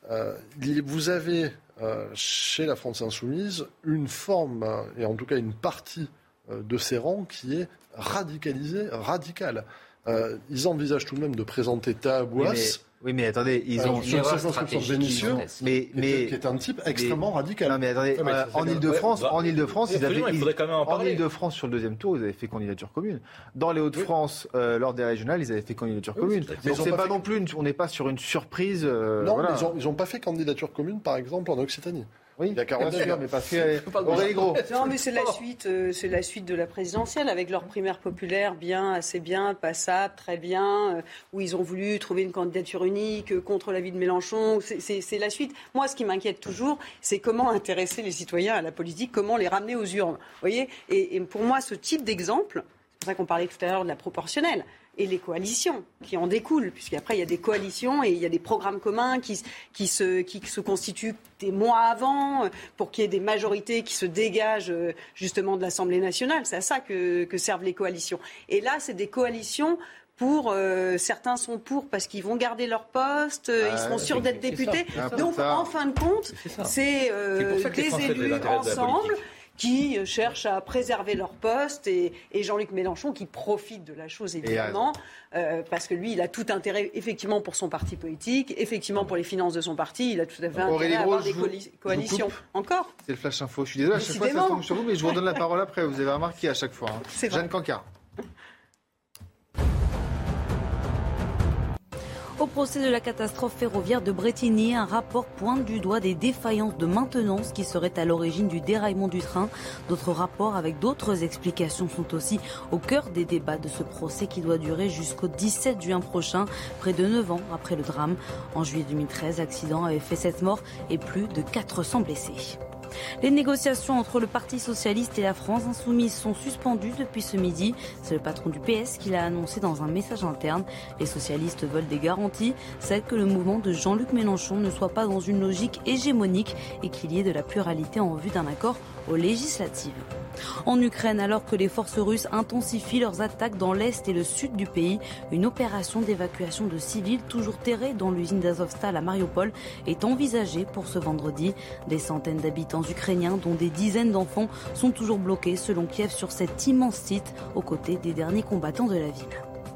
vous avez chez la France Insoumise une forme, et en tout cas une partie de ses rangs qui est radicale. Ils envisagent tout de même de présenter Taha Bouas. Oui, mais attendez, ils ont sur une circonscription de Vénissieux, qui est un type extrêmement radical. Non, mais attendez, en Ile-de-France, il faudrait quand même en parler. En Ile-de-France, sur le deuxième tour, ils avaient fait candidature commune. Dans les Hauts-de-France, lors des régionales, ils avaient fait candidature commune. Mais on n'est pas sur une surprise. Non, mais ils n'ont pas fait candidature commune, par exemple, en Occitanie. Oui, il y a 40 sûr, mais parce que Aurélie Gros. Non, mais c'est la suite de la présidentielle avec leur primaire populaire assez bien, passable, très bien, où ils ont voulu trouver une candidature unique contre l'avis de Mélenchon. C'est la suite. Moi, ce qui m'inquiète toujours, c'est comment intéresser les citoyens à la politique, comment les ramener aux urnes. Vous voyez ? Et pour moi, ce type d'exemple, c'est pour ça qu'on parlait tout à l'heure de la proportionnelle. Et les coalitions qui en découlent, puisqu'après il y a des coalitions et il y a des programmes communs qui se constituent des mois avant pour qu'il y ait des majorités qui se dégagent justement de l'Assemblée nationale. C'est à ça que servent les coalitions. Et là, c'est des coalitions certains sont pour parce qu'ils vont garder leur poste, ils seront sûrs d'être députés. Donc en fin de compte, c'est des élus ensemble qui cherchent à préserver leur poste et Jean-Luc Mélenchon qui profite de la chose évidemment parce que lui il a tout intérêt effectivement pour son parti politique, effectivement pour les finances de son parti, il a tout à fait intérêt à avoir des coalitions. Encore. C'est le Flash Info, je suis désolé, à chaque fois ça tombe sur vous mais je vous redonne la parole après, vous avez remarqué à chaque fois. Jeanne Cancard. Au procès de la catastrophe ferroviaire de Brétigny, un rapport pointe du doigt des défaillances de maintenance qui seraient à l'origine du déraillement du train. D'autres rapports avec d'autres explications sont aussi au cœur des débats de ce procès qui doit durer jusqu'au 17 juin prochain, près de 9 ans après le drame. En juillet 2013, l'accident avait fait 7 morts et plus de 400 blessés. Les négociations entre le Parti socialiste et la France insoumise sont suspendues depuis ce midi. C'est le patron du PS qui l'a annoncé dans un message interne. Les socialistes veulent des garanties, celles que le mouvement de Jean-Luc Mélenchon ne soit pas dans une logique hégémonique et qu'il y ait de la pluralité en vue d'un accord aux législatives. En Ukraine, alors que les forces russes intensifient leurs attaques dans l'est et le sud du pays, une opération d'évacuation de civils toujours terrée dans l'usine d'Azovstal à Mariupol est envisagée pour ce vendredi. Des centaines d'habitants ukrainiens, dont des dizaines d'enfants, sont toujours bloqués selon Kiev sur cet immense site, aux côtés des derniers combattants de la ville.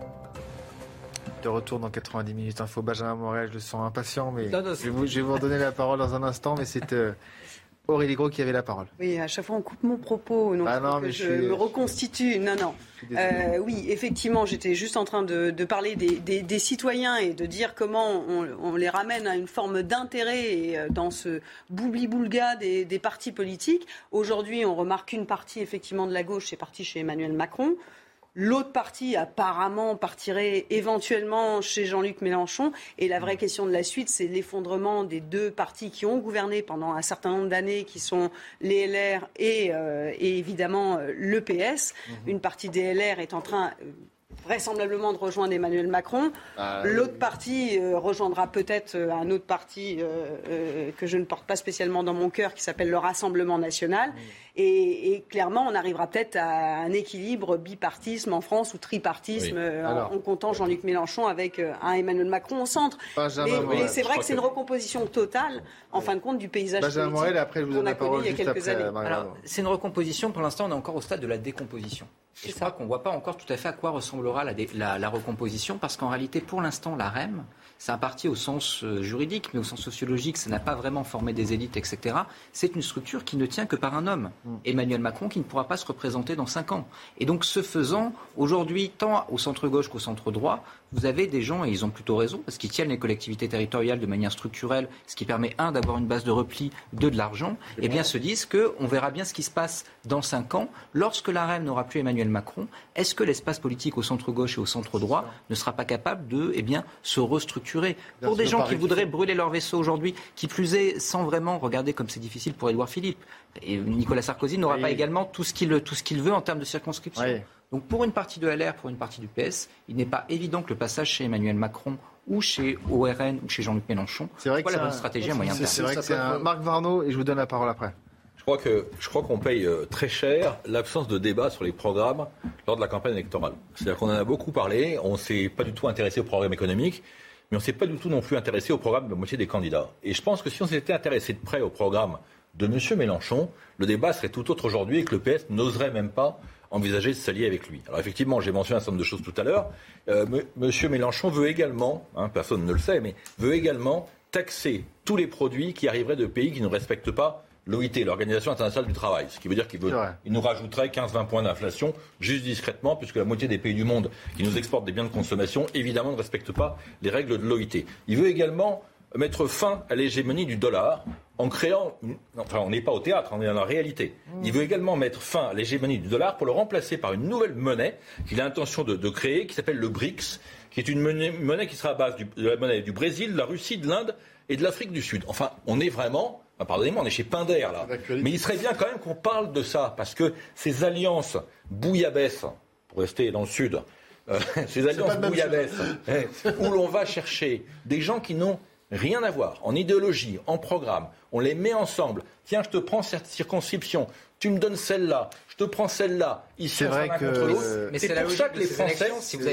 De retour dans 90 minutes info. Benjamin Morel, je le sens impatient, mais je vais vous redonner la parole dans un instant, mais c'est... Aurélie Gros qui avait la parole. Oui, à chaque fois on coupe mon propos, donc je me reconstitue. Non. Oui, effectivement, j'étais juste en train de parler des citoyens et de dire comment on les ramène à une forme d'intérêt dans ce boubli-boulga des partis politiques. Aujourd'hui, on remarque qu'une partie effectivement de la gauche est partie chez Emmanuel Macron. L'autre partie, apparemment, partirait éventuellement chez Jean-Luc Mélenchon. Et la vraie question de la suite, c'est l'effondrement des deux partis qui ont gouverné pendant un certain nombre d'années, qui sont les LR et évidemment le PS. Une partie des LR est en train vraisemblablement de rejoindre Emmanuel Macron. L'autre parti rejoindra peut-être un autre parti que je ne porte pas spécialement dans mon cœur, qui s'appelle le Rassemblement National. Et clairement, on arrivera peut-être à un équilibre bipartisme en France ou tripartisme en comptant Jean-Luc Mélenchon avec un Emmanuel Macron au centre. Mais c'est vrai que c'est une recomposition totale, en fin de compte, du paysage politique Morel, après, je vous donne la parole il y a quelques années. Alors, c'est une recomposition. Pour l'instant, on est encore au stade de la décomposition. Et je crois qu'on ne voit pas encore tout à fait à quoi ressemblera la recomposition, parce qu'en réalité, pour l'instant, la REM, c'est un parti au sens juridique, mais au sens sociologique, ça n'a pas vraiment formé des élites, etc. C'est une structure qui ne tient que par un homme, Emmanuel Macron, qui ne pourra pas se représenter dans 5 ans. Et donc, ce faisant, aujourd'hui, tant au centre-gauche qu'au centre-droit, vous avez des gens, et ils ont plutôt raison, parce qu'ils tiennent les collectivités territoriales de manière structurelle, ce qui permet, d'avoir une base de repli, de l'argent, et bien se disent qu'on verra bien ce qui se passe dans 5 ans. Lorsque la REM n'aura plus Emmanuel Macron, est-ce que l'espace politique au centre-gauche et au centre-droit ne sera pas capable de se restructurer ? Pour des gens qui voudraient brûler leur vaisseau aujourd'hui, qui plus est, sans vraiment regarder comme c'est difficile pour Édouard Philippe. Et Nicolas Sarkozy n'aura pas également tout ce qu'il veut en termes de circonscription. Donc pour une partie de LR, pour une partie du PS, il n'est pas évident que le passage chez Emmanuel Macron ou chez ORN ou chez Jean-Luc Mélenchon soit la bonne stratégie à moyen terme. C'est vrai que c'est un Marc Varnaud, et je vous donne la parole après. Je crois qu'on paye très cher l'absence de débat sur les programmes lors de la campagne électorale. C'est-à-dire qu'on en a beaucoup parlé, on ne s'est pas du tout intéressé au programme économique, mais on ne s'est pas du tout non plus intéressé au programme de la moitié des candidats. Et je pense que si on s'était intéressé de près au programme de M. Mélenchon, le débat serait tout autre aujourd'hui et que le PS n'oserait même pas envisager de s'allier avec lui. Alors effectivement, j'ai mentionné un certain nombre de choses tout à l'heure. M. Mélenchon veut également, personne ne le sait, mais veut également taxer tous les produits qui arriveraient de pays qui ne respectent pas l'OIT, l'Organisation internationale du travail. Ce qui veut dire qu'il nous rajouterait 15-20 points d'inflation, juste discrètement, puisque la moitié des pays du monde qui nous exportent des biens de consommation, évidemment, ne respectent pas les règles de l'OIT. Il veut également mettre fin à l'hégémonie du dollar en créant... Enfin, on n'est pas au théâtre, on est dans la réalité. Il veut également mettre fin à l'hégémonie du dollar pour le remplacer par une nouvelle monnaie qu'il a l'intention de créer, qui s'appelle le BRICS, qui est une monnaie qui sera à base de la monnaie du Brésil, de la Russie, de l'Inde et de l'Afrique du Sud. Enfin, on est vraiment... Pardonnez-moi, on est chez Pinder, là. Mais il serait bien quand même qu'on parle de ça, parce que ces alliances bouillabaisse, pour rester dans le Sud, ces alliances bouillabaisse, où l'on va chercher des gens qui n'ont rien à voir, en idéologie, en programme, on les met ensemble. Tiens, je te prends cette circonscription, tu me donnes celle-là, je te prends celle-là. Ils sont l'un contre l'autre. Mais c'est pour ça que les Français,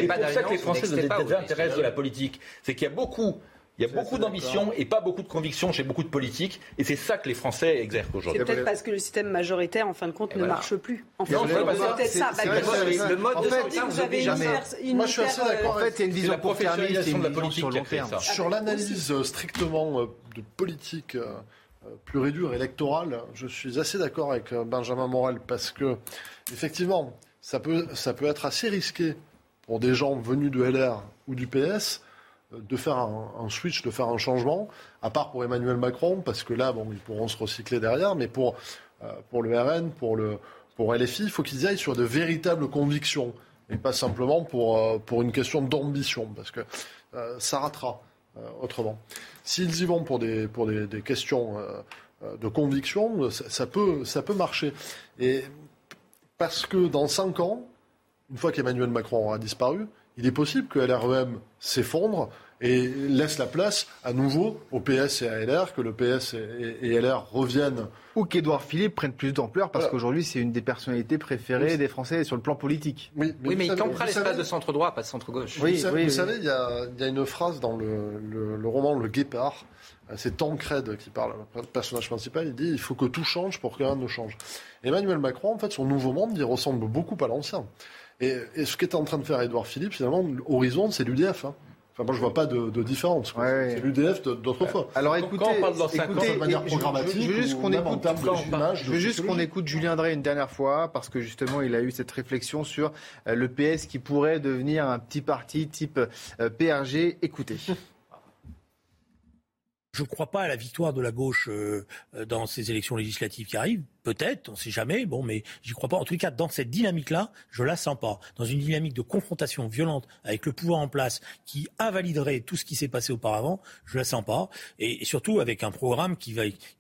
se désintéressent de la politique. C'est qu'il y a beaucoup... Il y a beaucoup d'ambition et pas beaucoup de conviction chez beaucoup de politiques. Et c'est ça que les Français exercent aujourd'hui. C'est peut-être parce que le système majoritaire, en fin de compte, ne marche plus. En fait, c'est peut-être ça. Le mode de scrutin, vous avez moi, je suis assez d'accord. En fait, il y a une vision court-termiste de la politique sur long terme. Sur l'analyse strictement de politique pure et dure, électorale, je suis assez d'accord avec Benjamin Morel parce que, effectivement, ça peut être assez risqué pour des gens venus de LR ou du PS de faire un switch, de faire un changement, à part pour Emmanuel Macron, parce que là, ils pourront se recycler derrière, mais pour le RN, pour LFI, il faut qu'ils y aillent sur de véritables convictions, et pas simplement pour une question d'ambition, parce que ça ratera autrement. S'ils y vont pour des questions de conviction, ça peut marcher. Et parce que dans 5 ans, une fois qu'Emmanuel Macron aura disparu, il est possible que LREM s'effondre et laisse la place à nouveau au PS et à LR, que le PS et LR reviennent. Ou qu'Édouard Philippe prenne plus d'ampleur, parce qu'aujourd'hui, c'est une des personnalités préférées des Français sur le plan politique. Oui, mais il campera l'espace de centre-droit, pas de centre-gauche. Vous savez, il y a une phrase dans le roman Le Guépard, c'est Tancred qui parle, le personnage principal, il dit « Il faut que tout change pour que rien ne change ». Emmanuel Macron, en fait, son nouveau monde, il ressemble beaucoup à l'ancien. Et ce qu'est en train de faire Édouard Philippe, finalement, Horizon, c'est l'UDF. Enfin, moi, je vois pas de différence. C'est l'UDF d'autrefois. Alors écoutez, quand on parle dans 5 ans, de manière programmatique, je veux juste qu'on écoute écoute Julien Drey une dernière fois, parce que justement, il a eu cette réflexion sur le PS qui pourrait devenir un petit parti type PRG. Écoutez. Je ne crois pas à la victoire de la gauche dans ces élections législatives qui arrivent. Peut-être, on ne sait jamais, mais j'y crois pas. En tout cas, dans cette dynamique-là, je la sens pas. Dans une dynamique de confrontation violente avec le pouvoir en place qui invaliderait tout ce qui s'est passé auparavant, je la sens pas. Et surtout avec un programme qui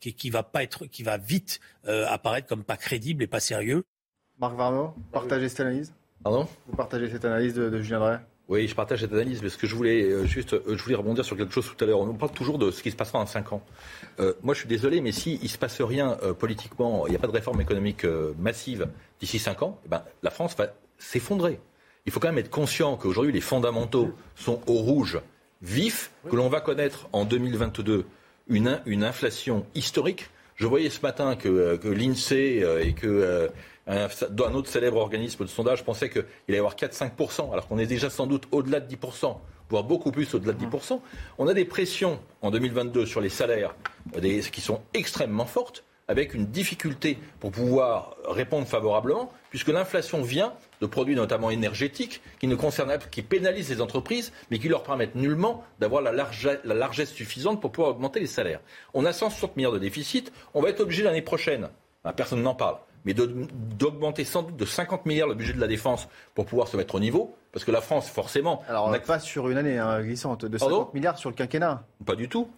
va vite apparaître comme pas crédible et pas sérieux. Marc Varno, partagez cette analyse. Pardon ? Vous partagez cette analyse de Julien Drey ? Oui, je partage cette analyse, parce que je voulais rebondir sur quelque chose tout à l'heure. On parle toujours de ce qui se passera dans 5 ans. Moi, je suis désolé, mais s'il ne se passe rien politiquement, il n'y a pas de réforme économique massive d'ici 5 ans, la France va s'effondrer. Il faut quand même être conscient qu'aujourd'hui, les fondamentaux sont au rouge vif, que l'on va connaître en 2022 une inflation historique. Je voyais ce matin que l'INSEE et que... un autre célèbre organisme de sondage pensait qu'il allait y avoir 4-5%, alors qu'on est déjà sans doute au-delà de 10%, voire beaucoup plus au-delà de 10%. On a des pressions en 2022 sur les salaires qui sont extrêmement fortes, avec une difficulté pour pouvoir répondre favorablement, puisque l'inflation vient de produits notamment énergétiques qui pénalisent les entreprises, mais qui leur permettent nullement d'avoir la largesse suffisante pour pouvoir augmenter les salaires. On a 160 milliards de déficit, on va être obligé l'année prochaine, personne n'en parle, mais d'augmenter sans doute de 50 milliards le budget de la défense pour pouvoir se mettre au niveau. Parce que la France, forcément... Alors, on n'a pas sur une année glissante, de 50 milliards sur le quinquennat. Pas du tout.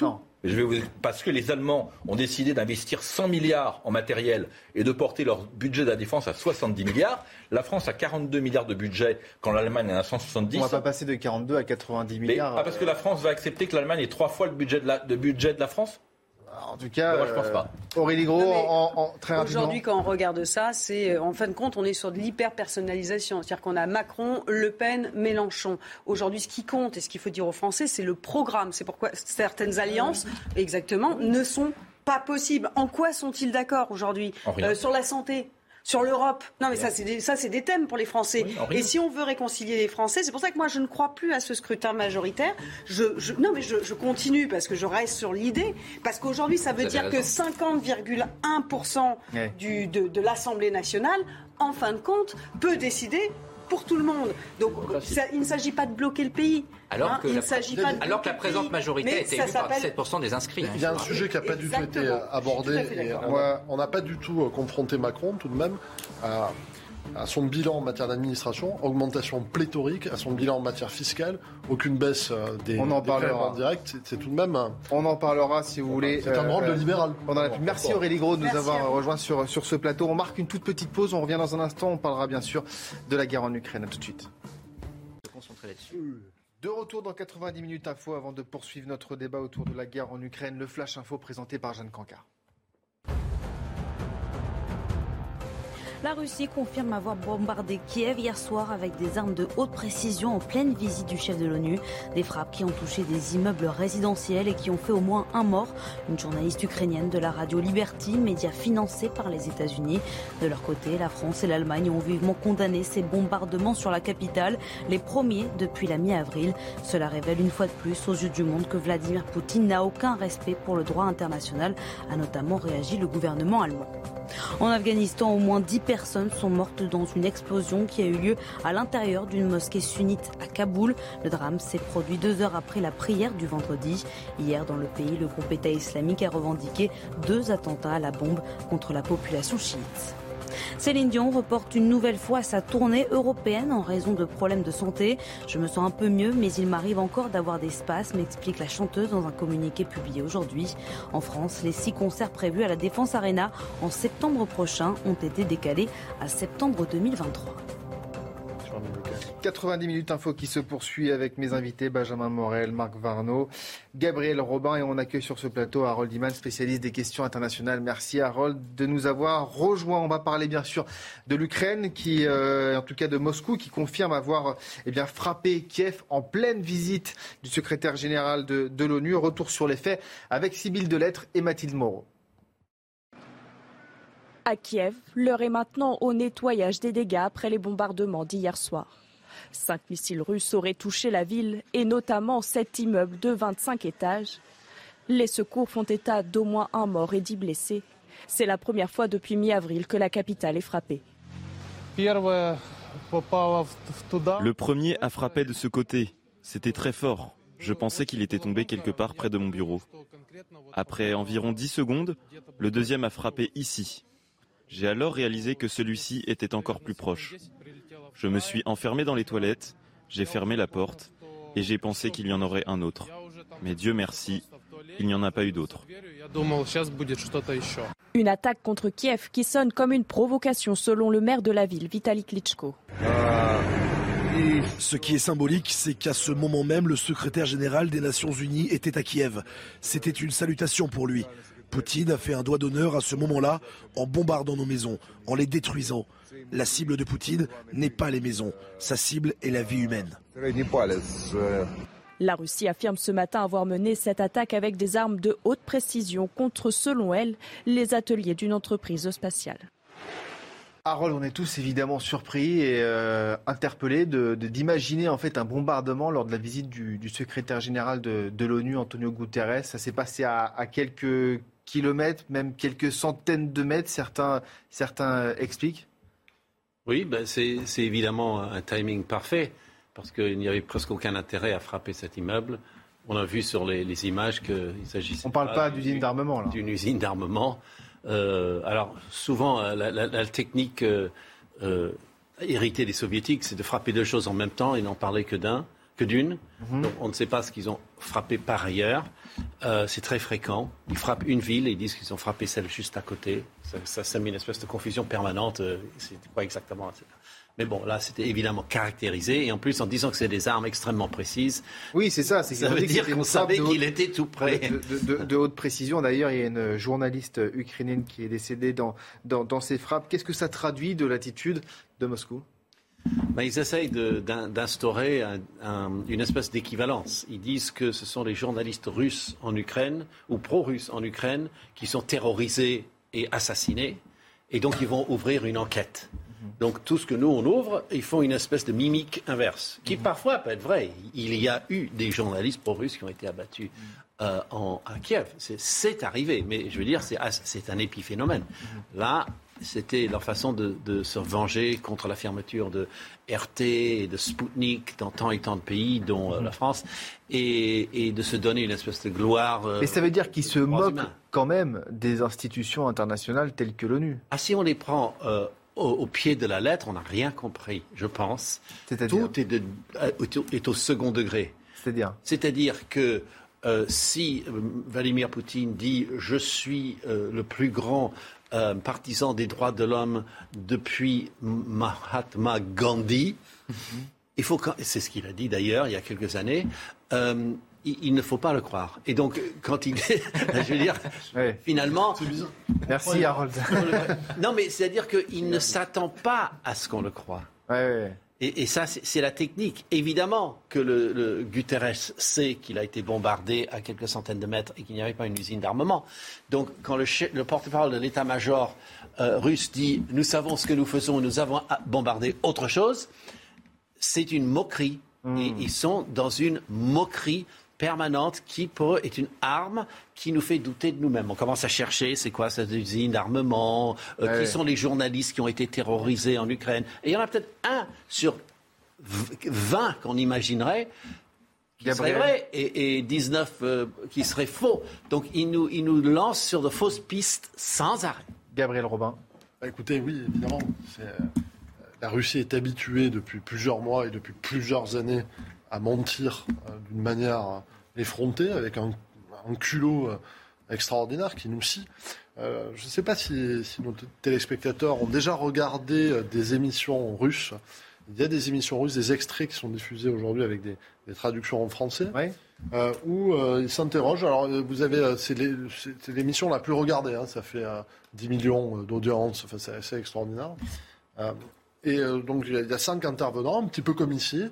Parce que les Allemands ont décidé d'investir 100 milliards en matériel et de porter leur budget de la défense à 70 milliards. La France a 42 milliards de budget quand l'Allemagne en a 170. On ne va pas passer de 42 à 90 milliards. Parce que la France va accepter que l'Allemagne ait 3 fois le budget de la France ? En tout cas, moi, je pense pas. Aurélie Gros, très rapidement. Aujourd'hui, quand on regarde ça, c'est en fin de compte, on est sur de l'hyper-personnalisation. C'est-à-dire qu'on a Macron, Le Pen, Mélenchon. Aujourd'hui, ce qui compte et ce qu'il faut dire aux Français, c'est le programme. C'est pourquoi certaines alliances, exactement, ne sont pas possibles. En quoi sont-ils d'accord aujourd'hui ? Sur la santé ? Sur l'Europe. Non, mais ça, c'est des thèmes pour les Français. Oui, et si on veut réconcilier les Français, c'est pour ça que moi, je ne crois plus à ce scrutin majoritaire. Je continue parce que je reste sur l'idée. Parce qu'aujourd'hui, ça veut dire que 50,1% de l'Assemblée nationale, en fin de compte, peut décider pour tout le monde. Donc, il ne s'agit pas de bloquer le pays. Alors que la présente majorité a été élue par 17% des inscrits. Il y a un sujet qui n'a pas du tout été abordé. On n'a pas du tout confronté Macron, tout de même, à son bilan en matière d'administration, augmentation pléthorique, à son bilan en matière fiscale, aucune baisse des prélèvements directs. C'est tout de même... On en parlera si vous voulez. C'est un rôle de libéral. Merci Aurélie Gros de nous avoir rejoints sur ce plateau. On marque une toute petite pause, on revient dans un instant. On parlera bien sûr de la guerre en Ukraine. À tout de suite. Se concentrer là-dessus. De retour dans 90 minutes info avant de poursuivre notre débat autour de la guerre en Ukraine. Le Flash Info présenté par Jeanne Cancard. La Russie confirme avoir bombardé Kiev hier soir avec des armes de haute précision en pleine visite du chef de l'ONU. Des frappes qui ont touché des immeubles résidentiels et qui ont fait au moins un mort. Une journaliste ukrainienne de la radio Liberty, média financé par les États-Unis. De leur côté, la France et l'Allemagne ont vivement condamné ces bombardements sur la capitale, les premiers depuis la mi-avril. Cela révèle une fois de plus aux yeux du monde que Vladimir Poutine n'a aucun respect pour le droit international, a notamment réagi le gouvernement allemand. En Afghanistan, au moins 10 personnes sont mortes dans une explosion qui a eu lieu à l'intérieur d'une mosquée sunnite à Kaboul. Le drame s'est produit 2 heures après la prière du vendredi. Hier, dans le pays, le groupe État islamique a revendiqué 2 attentats à la bombe contre la population chiite. Céline Dion reporte une nouvelle fois sa tournée européenne en raison de problèmes de santé. Je me sens un peu mieux, mais il m'arrive encore d'avoir des spasmes, explique la chanteuse dans un communiqué publié aujourd'hui. En France, les 6 concerts prévus à la Défense Arena en septembre prochain ont été décalés à septembre 2023. 90 minutes info qui se poursuit avec mes invités Benjamin Morel, Marc Varno, Gabriel Robin et on accueille sur ce plateau Harold Iman, spécialiste des questions internationales. Merci Harold de nous avoir rejoints. On va parler bien sûr de l'Ukraine qui, en tout cas de Moscou, qui confirme avoir frappé Kiev en pleine visite du secrétaire général de l'ONU. Retour sur les faits avec Sybille Delettre et Mathilde Moreau. À Kiev, l'heure est maintenant au nettoyage des dégâts après les bombardements d'hier soir. 5 missiles russes auraient touché la ville et notamment 7 immeubles de 25 étages. Les secours font état d'au moins un mort et 10 blessés. C'est la première fois depuis mi-avril que la capitale est frappée. Le premier a frappé de ce côté. C'était très fort. Je pensais qu'il était tombé quelque part près de mon bureau. Après environ 10 secondes, le deuxième a frappé ici. J'ai alors réalisé que celui-ci était encore plus proche. Je me suis enfermé dans les toilettes, j'ai fermé la porte et j'ai pensé qu'il y en aurait un autre. Mais Dieu merci, il n'y en a pas eu d'autre. Une attaque contre Kiev qui sonne comme une provocation selon le maire de la ville, Vitali Klitschko. Ce qui est symbolique, c'est qu'à ce moment même, le secrétaire général des Nations Unies était à Kiev. C'était une salutation pour lui. Poutine a fait un doigt d'honneur à ce moment-là en bombardant nos maisons, en les détruisant. La cible de Poutine n'est pas les maisons, sa cible est la vie humaine. La Russie affirme ce matin avoir mené cette attaque avec des armes de haute précision contre, selon elle, les ateliers d'une entreprise spatiale. Harold, on est tous évidemment surpris et interpellés d'imaginer en fait un bombardement lors de la visite du secrétaire général de l'ONU, Antonio Guterres. Ça s'est passé à quelques kilomètres, même quelques centaines de mètres, certains expliquent. Oui, c'est évidemment un timing parfait, parce qu'il n'y avait presque aucun intérêt à frapper cet immeuble. On a vu sur les images qu'il s'agissait. On ne parle pas d'usine d'armement, là. D'une usine d'armement. Alors, souvent, la technique héritée des soviétiques, c'est de frapper deux choses en même temps et n'en parler que d'une. Donc, on ne sait pas ce qu'ils ont frappé par ailleurs. C'est très fréquent. Ils frappent une ville et ils disent qu'ils ont frappé celle juste à côté. Ça met une espèce de confusion permanente. C'est quoi exactement? Mais bon, là, c'était évidemment caractérisé. Et en plus, en disant que c'est des armes extrêmement précises. Oui, c'est ça. Ça veut dire qu'on savait qu'il était tout près. De haute précision. D'ailleurs, il y a une journaliste ukrainienne qui est décédée dans ces frappes. Qu'est-ce que ça traduit de l'attitude de Moscou? Ils essayent d'instaurer une espèce d'équivalence. Ils disent que ce sont les journalistes russes en Ukraine, ou pro-russes en Ukraine, qui sont terrorisés et assassinés. Et donc, ils vont ouvrir une enquête. Donc tout ce que nous on ouvre, ils font une espèce de mimique inverse, qui parfois peut être vrai. Il y a eu des journalistes pro-russes qui ont été abattus à Kiev. C'est arrivé, mais je veux dire, c'est un épiphénomène. Là, c'était leur façon de se venger contre la fermeture de RT et de Sputnik dans tant et tant de pays, dont la France, et de se donner une espèce de gloire. Mais ça veut dire qu'ils se moquent quand même des institutions internationales telles que l'ONU. Ah, si on les prend au pied de la lettre, on n'a rien compris, je pense. Tout est au second degré. C'est-à-dire que si Vladimir Poutine dit « je suis le plus grand partisan des droits de l'homme depuis Mahatma Gandhi », c'est ce qu'il a dit d'ailleurs il y a quelques années, il ne faut pas le croire. Et donc, quand il est... je veux dire, finalement... C'est bizarre. Merci, Harold. Non, mais c'est-à-dire qu'il ne s'attend pas à ce qu'on le croie. Et ça, c'est la technique. Évidemment que le Guterres sait qu'il a été bombardé à quelques centaines de mètres et qu'il n'y avait pas une usine d'armement. Donc, quand le porte-parole de l'état-major russe dit « nous savons ce que nous faisons, nous avons bombardé autre chose », c'est une moquerie. Et ils sont dans une moquerie permanente qui, pour eux, est une arme qui nous fait douter de nous-mêmes. On commence à chercher, c'est quoi cette usine d'armement, qui sont les journalistes qui ont été terrorisés en Ukraine. Et il y en a peut-être un sur 20 qu'on imaginerait qui serait vrai et 19 qui seraient faux. Donc ils nous lancent sur de fausses pistes sans arrêt. Gabriel Robin. Écoutez, oui, évidemment, la Russie est habituée depuis plusieurs mois et depuis plusieurs années à mentir d'une manière effrontée, avec un culot extraordinaire qui nous scie. Je ne sais pas si nos téléspectateurs ont déjà regardé des émissions russes. Il y a des émissions russes, des extraits qui sont diffusés aujourd'hui avec des traductions en français, où ils s'interrogent. Alors, vous avez, c'est l'émission la plus regardée, ça fait 10 millions d'audience, enfin, c'est assez extraordinaire. Donc il y a 5 intervenants, un petit peu comme ici,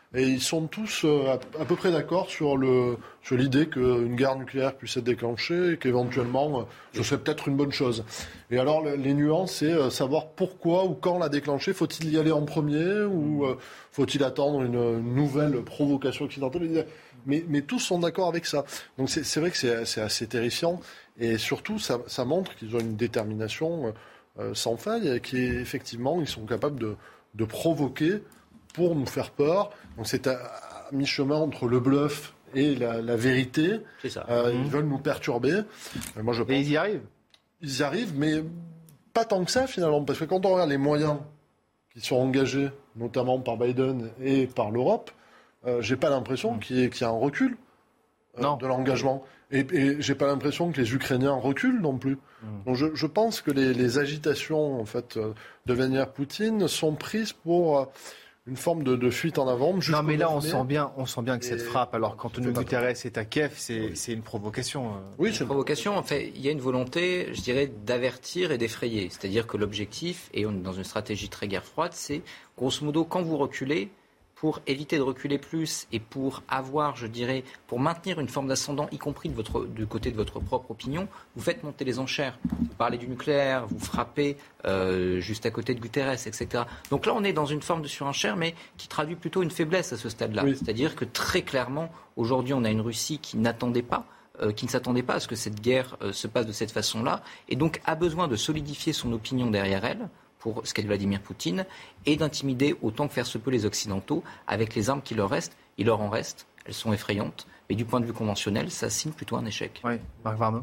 Et ils sont tous à peu près d'accord sur l'idée qu'une guerre nucléaire puisse être déclenchée et qu'éventuellement, ce serait peut-être une bonne chose. Et alors, les nuances, c'est savoir pourquoi ou quand la déclencher. Faut-il y aller en premier ou faut-il attendre une nouvelle provocation occidentale ? Mais tous sont d'accord avec ça. Donc c'est vrai que c'est assez terrifiant. Et surtout, ça montre qu'ils ont une détermination sans faille et qu'effectivement, ils sont capables de provoquer pour nous faire peur. Donc c'est à mi-chemin entre le bluff et la vérité. C'est ça. Ils veulent nous perturber. Moi, je pense, et ils y arrivent. Ils y arrivent, mais pas tant que ça finalement. Parce que quand on regarde les moyens qui sont engagés, notamment par Biden et par l'Europe, j'ai pas l'impression qu'il y ait un recul de l'engagement. Et j'ai pas l'impression que les Ukrainiens reculent non plus. Donc je pense que les agitations en fait, de Vladimir Poutine sont prises pour une forme de fuite en avant. Non, mais là, on sent bien que cette frappe, alors qu'Antonio Guterres est à Kiev, c'est une provocation. Oui, c'est une provocation. En fait, il y a une volonté, je dirais, d'avertir et d'effrayer. C'est-à-dire que l'objectif, et on est dans une stratégie très guerre froide, c'est, grosso modo, quand vous reculez, pour éviter de reculer plus et pour avoir, je dirais, pour maintenir une forme d'ascendant, y compris du côté de votre propre opinion, vous faites monter les enchères. Vous parlez du nucléaire, vous frappez juste à côté de Guterres, etc. Donc là, on est dans une forme de surenchère, mais qui traduit plutôt une faiblesse à ce stade-là. Oui. C'est-à-dire que très clairement, aujourd'hui, on a une Russie qui ne s'attendait pas à ce que cette guerre se passe de cette façon-là, et donc a besoin de solidifier son opinion derrière elle, pour ce qu'est Vladimir Poutine, et d'intimider autant que faire se peut les Occidentaux avec les armes qui leur restent. Il leur en reste, elles sont effrayantes, mais du point de vue conventionnel, ça signe plutôt un échec. Oui, Marc Varno.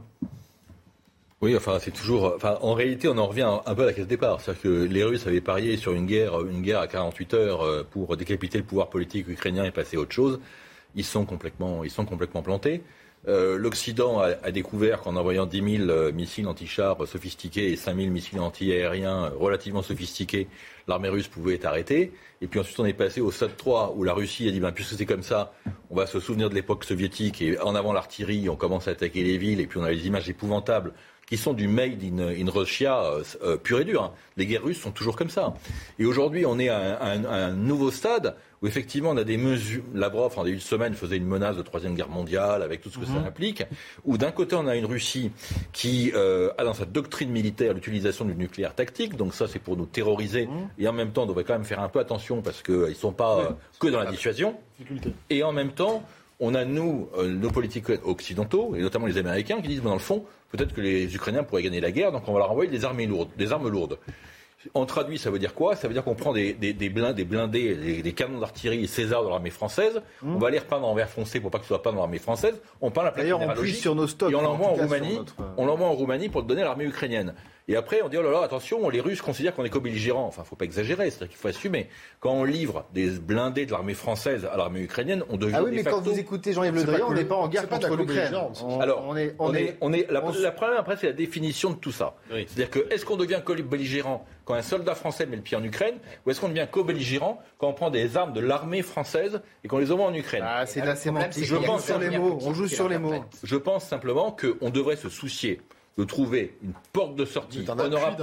Oui, enfin, c'est toujours. Enfin, en réalité, on en revient un peu à la case départ. C'est-à-dire que les Russes avaient parié sur une guerre à 48 heures pour décapiter le pouvoir politique ukrainien et passer à autre chose. Ils sont complètement plantés. L'Occident a découvert qu'en envoyant 10 000 missiles anti-chars sophistiqués et 5 000 missiles anti-aériens relativement sophistiqués, l'armée russe pouvait être arrêtée. Et puis ensuite, on est passé au stade 3 où la Russie a dit puisque c'est comme ça, on va se souvenir de l'époque soviétique et en avant l'artillerie, on commence à attaquer les villes et puis on a les images épouvantables qui sont du made in Russia pur et dur. Hein. Les guerres russes sont toujours comme ça. Et aujourd'hui, on est à un nouveau stade où effectivement on a des mesures. Lavrov, en début de semaine, faisait une menace de troisième guerre mondiale avec tout ce que ça implique. Où d'un côté, on a une Russie qui a dans sa doctrine militaire l'utilisation du nucléaire tactique. Donc ça, c'est pour nous terroriser. Et en même temps, on devrait quand même faire un peu attention parce qu'ils ne sont pas que dans la dissuasion. Et en même temps, on a, nos politiques occidentaux, et notamment les Américains, qui disent, dans le fond, peut-être que les Ukrainiens pourraient gagner la guerre, donc on va leur envoyer des armes lourdes. En traduit, ça veut dire quoi ? Ça veut dire qu'on prend des blindés, des canons d'artillerie César de l'armée française, on va les repeindre en vert foncé pour pas que ce soit peint dans l'armée française, on peint la plaque minéralogique, sur nos stocks, et on l'envoie en Roumanie pour le donner à l'armée ukrainienne. Et après, on dit, oh là là, attention, les Russes considèrent qu'on est co-belligérants. Enfin, il ne faut pas exagérer, c'est-à-dire qu'il faut assumer. Quand on livre des blindés de l'armée française à l'armée ukrainienne, on devient mais quand vous écoutez Jean-Yves Le Drian, on n'est pas en guerre contre l'Ukraine. Alors, le problème, après, c'est la définition de tout ça. Oui. C'est-à-dire que, est-ce qu'on devient co-belligérant quand un soldat français met le pied en Ukraine, ou est-ce qu'on devient co-belligérant quand on prend des armes de l'armée française et qu'on les envoie en Ukraine ? C'est de la sémantique. On joue sur les mots. Je pense simplement qu'on devrait se soucier de trouver une porte de sortie honorable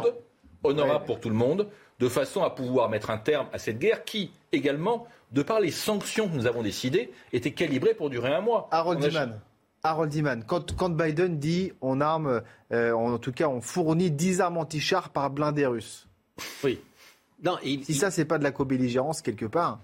pour tout le monde, de façon à pouvoir mettre un terme à cette guerre qui, également, de par les sanctions que nous avons décidées, était calibrée pour durer un mois. Harold Iman, quand Biden dit on arme, en tout cas on fournit 10 armes anti-chars par blindés russes. Oui. Non, si ça, c'est pas de la co-belligérance quelque part.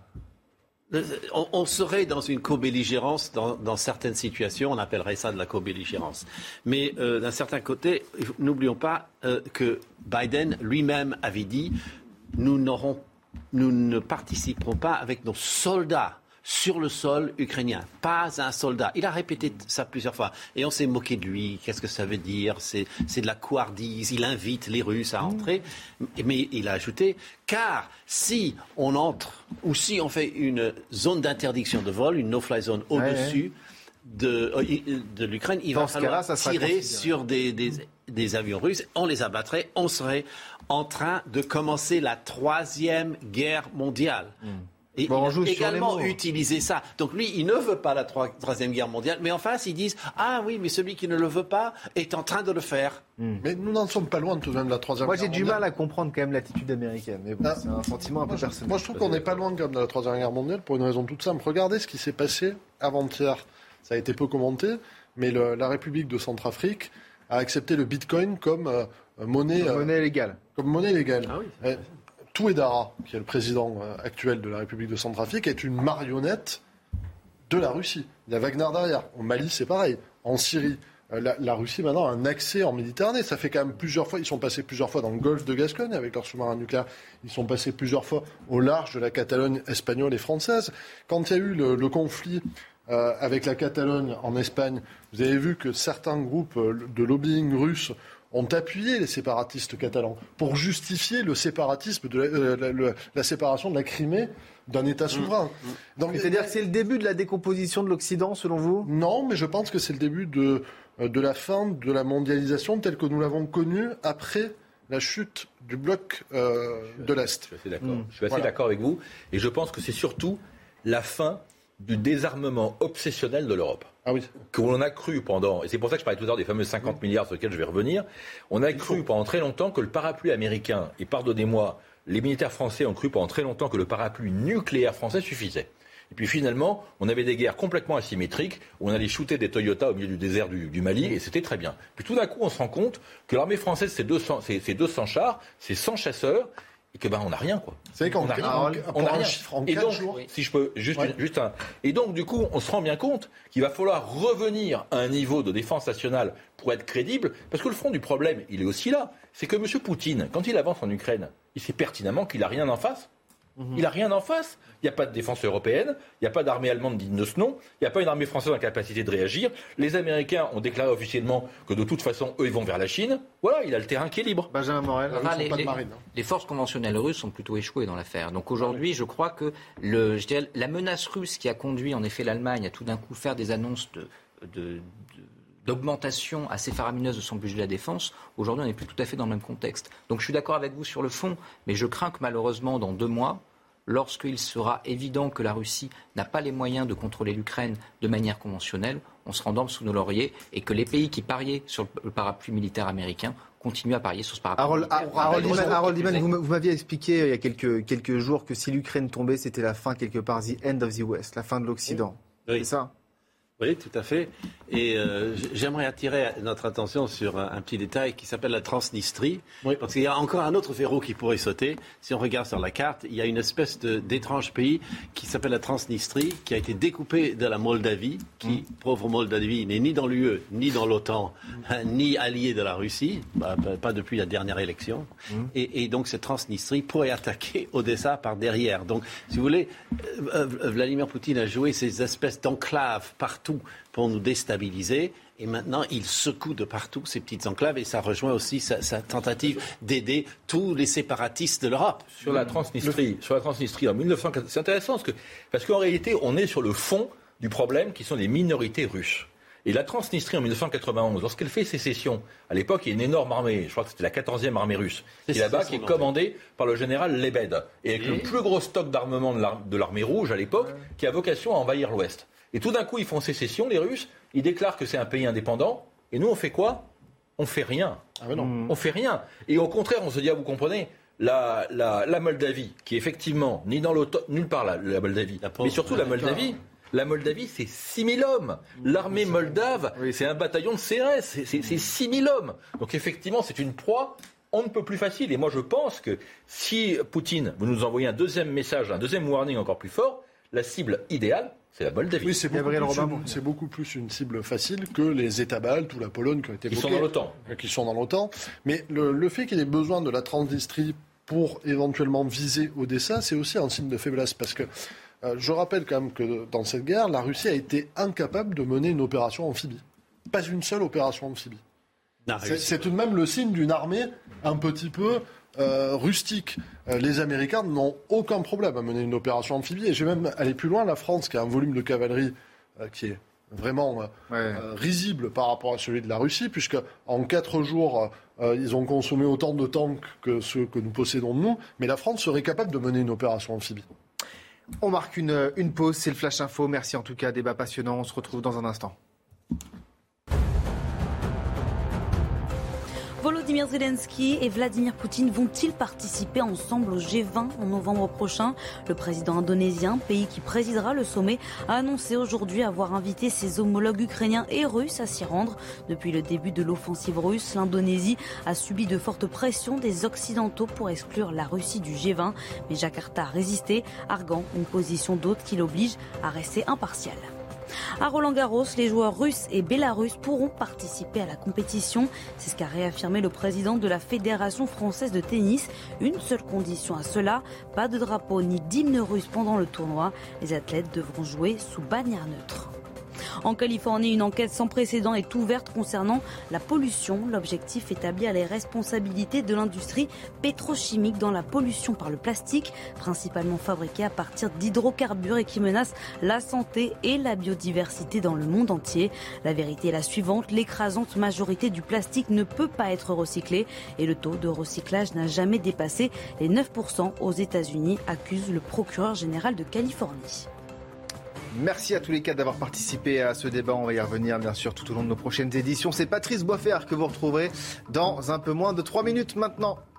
On serait dans une co-belligérance dans certaines situations, on appellerait ça de la co-belligérance. Mais d'un certain côté, n'oublions pas que Biden lui-même avait dit nous ne participerons pas avec nos soldats sur le sol ukrainien. Pas un soldat. Il a répété ça plusieurs fois. Et on s'est moqué de lui. Qu'est-ce que ça veut dire ? C'est de la couardise. Il invite les Russes à entrer. Mais il a ajouté, car si on entre, ou si on fait une zone d'interdiction de vol, une no-fly zone au-dessus de l'Ukraine, il va falloir tirer sur des avions russes. On les abattrait. On serait en train de commencer la 3e guerre mondiale. Et il a également utilisé ça. Donc lui, il ne veut pas la Troisième Guerre mondiale, mais en face, ils disent « Ah oui, mais celui qui ne le veut pas est en train de le faire. Mais nous n'en sommes pas loin tout de même de la Troisième Guerre mondiale. Moi, j'ai du mal à comprendre quand même l'attitude américaine. Mais bon, c'est un sentiment un peu personnel. Moi, je trouve qu'on n'est pas loin quand même de la Troisième Guerre mondiale pour une raison toute simple. Regardez ce qui s'est passé avant-hier. Ça a été peu commenté, mais la République de Centrafrique a accepté le Bitcoin comme monnaie légale. Comme monnaie légale. Ah oui, Touadéra, qui est le président actuel de la République de Centrafrique, est une marionnette de la Russie. Il y a Wagner derrière. Au Mali, c'est pareil. En Syrie, la Russie maintenant a un accès en Méditerranée. Ça fait quand même plusieurs fois. Ils sont passés plusieurs fois dans le golfe de Gascogne avec leurs sous-marins nucléaires. Ils sont passés plusieurs fois au large de la Catalogne espagnole et française. Quand il y a eu le conflit avec la Catalogne en Espagne, vous avez vu que certains groupes de lobbying russes ont appuyé les séparatistes catalans pour justifier le séparatisme, la séparation de la Crimée d'un État souverain. Donc, c'est-à-dire que c'est le début de la décomposition de l'Occident, selon vous ? Non, mais je pense que c'est le début de la fin de la mondialisation telle que nous l'avons connue après la chute du bloc de l'Est. Je suis assez d'accord. Je suis assez d'accord avec vous. Et je pense que c'est surtout la fin du désarmement obsessionnel de l'Europe. Ah oui. Qu'on a cru pendant, et c'est pour ça que je parlais tout à l'heure des fameux 50 milliards sur lesquels je vais revenir, on a cru pendant très longtemps que le parapluie américain, et pardonnez-moi, les militaires français ont cru pendant très longtemps que le parapluie nucléaire français suffisait. Et puis finalement, on avait des guerres complètement asymétriques, où on allait shooter des Toyota au milieu du désert du Mali, et c'était très bien. Puis tout d'un coup, on se rend compte que l'armée française, c'est 200 chars, c'est 100 chasseurs, et que on n'a rien, quoi. C'est qu'on a rien. On a rien. Et donc, si je peux juste un. Et donc, du coup, on se rend bien compte qu'il va falloir revenir à un niveau de défense nationale pour être crédible, parce que le fond du problème, il est aussi là. C'est que M. Poutine, quand il avance en Ukraine, il sait pertinemment qu'il n'a rien en face. Il n'a rien en face. Il n'y a pas de défense européenne, il n'y a pas d'armée allemande digne de ce nom, il n'y a pas une armée française en capacité de réagir. Les Américains ont déclaré officiellement que de toute façon, eux, ils vont vers la Chine. Voilà, il a le terrain qui est libre. Benjamin Morel, les forces conventionnelles russes ont plutôt échoué dans l'affaire. Donc aujourd'hui, je crois que la menace russe qui a conduit en effet l'Allemagne à tout d'un coup faire des annonces d'augmentation assez faramineuse de son budget de la défense, aujourd'hui on n'est plus tout à fait dans le même contexte. Donc je suis d'accord avec vous sur le fond, mais je crains que malheureusement dans 2 mois, lorsqu'il sera évident que la Russie n'a pas les moyens de contrôler l'Ukraine de manière conventionnelle, on se rendorme sous nos lauriers et que les pays qui pariaient sur le parapluie militaire américain continuent à parier sur ce parapluie. Harold Iman, vous m'aviez expliqué il y a quelques jours que si l'Ukraine tombait, c'était la fin quelque part, the end of the West, la fin de l'Occident. Oui. C'est ça ? Oui, tout à fait. Et j'aimerais attirer notre attention sur un petit détail qui s'appelle la Transnistrie. Oui. Parce qu'il y a encore un autre verrou qui pourrait sauter. Si on regarde sur la carte, il y a une espèce d'étrange pays qui s'appelle la Transnistrie, qui a été découpé de la Moldavie, qui, pauvre Moldavie, n'est ni dans l'UE, ni dans l'OTAN, ni allié de la Russie, pas depuis la dernière élection. Et donc cette Transnistrie pourrait attaquer Odessa par derrière. Donc, si vous voulez, Vladimir Poutine a joué ces espèces d'enclaves partout pour nous déstabiliser. Et maintenant, il secoue de partout ces petites enclaves et ça rejoint aussi sa tentative d'aider tous les séparatistes de l'Europe. Sur la Transnistrie en 1980, c'est intéressant parce qu'en réalité, on est sur le fond du problème qui sont les minorités russes. Et la Transnistrie en 1991, lorsqu'elle fait sécession, à l'époque, il y a une énorme armée, je crois que c'était la 14e armée russe, qui est là-bas, qui est commandée par le général Lebed, et avec le plus gros stock d'armement de l'armée rouge à l'époque, qui a vocation à envahir l'Ouest. Et tout d'un coup, ils font sécession, les Russes, ils déclarent que c'est un pays indépendant, et nous, on fait quoi ? On fait rien. On fait rien. Et au contraire, on se dit, vous comprenez, la Moldavie, qui est effectivement, ni dans l'OTAN, nulle part la Moldavie, mais surtout la Moldavie, c'est 6 000 hommes. L'armée moldave, c'est un bataillon de CRS, c'est 6 000 hommes. Donc effectivement, c'est une proie on ne peut plus facile. Et moi, je pense que si Poutine, vous nous envoyez un deuxième message, un deuxième warning encore plus fort, la cible idéale, c'est la Moldavie. Oui, c'est beaucoup plus une cible facile que les États baltes ou la Pologne qui ont été bloqués. Qui sont dans l'OTAN. Mais le fait qu'il ait besoin de la Transnistrie pour éventuellement viser Odessa, c'est aussi un signe de faiblesse. Parce que je rappelle quand même que dans cette guerre, la Russie a été incapable de mener une opération amphibie. Pas une seule opération amphibie. C'est tout de même le signe d'une armée un petit peu rustique. Les Américains n'ont aucun problème à mener une opération amphibie. Et je vais même aller plus loin. La France, qui a un volume de cavalerie qui est vraiment risible par rapport à celui de la Russie, puisque en 4 jours, ils ont consommé autant de tanks que ceux que nous possédons nous. Mais la France serait capable de mener une opération amphibie. On marque une pause, c'est le Flash Info. Merci en tout cas, débat passionnant. On se retrouve dans un instant. Volodymyr Zelensky et Vladimir Poutine vont-ils participer ensemble au G20 en novembre prochain ? Le président indonésien, pays qui présidera le sommet, a annoncé aujourd'hui avoir invité ses homologues ukrainiens et russes à s'y rendre. Depuis le début de l'offensive russe, l'Indonésie a subi de fortes pressions des Occidentaux pour exclure la Russie du G20. Mais Jakarta a résisté, arguant une position d'hôte qui l'oblige à rester impartial. À Roland-Garros, les joueurs russes et bélarusses pourront participer à la compétition. C'est ce qu'a réaffirmé le président de la Fédération française de tennis. Une seule condition à cela, pas de drapeau ni d'hymne russe pendant le tournoi. Les athlètes devront jouer sous bannière neutre. En Californie, une enquête sans précédent est ouverte concernant la pollution. L'objectif est d'établir les responsabilités de l'industrie pétrochimique dans la pollution par le plastique, principalement fabriqué à partir d'hydrocarbures et qui menace la santé et la biodiversité dans le monde entier. La vérité est la suivante, l'écrasante majorité du plastique ne peut pas être recyclé et le taux de recyclage n'a jamais dépassé les 9% aux États-Unis, accuse le procureur général de Californie. Merci à tous les quatre d'avoir participé à ce débat. On va y revenir bien sûr tout au long de nos prochaines éditions. C'est Patrice Boisfer que vous retrouverez dans un peu moins de 3 minutes maintenant.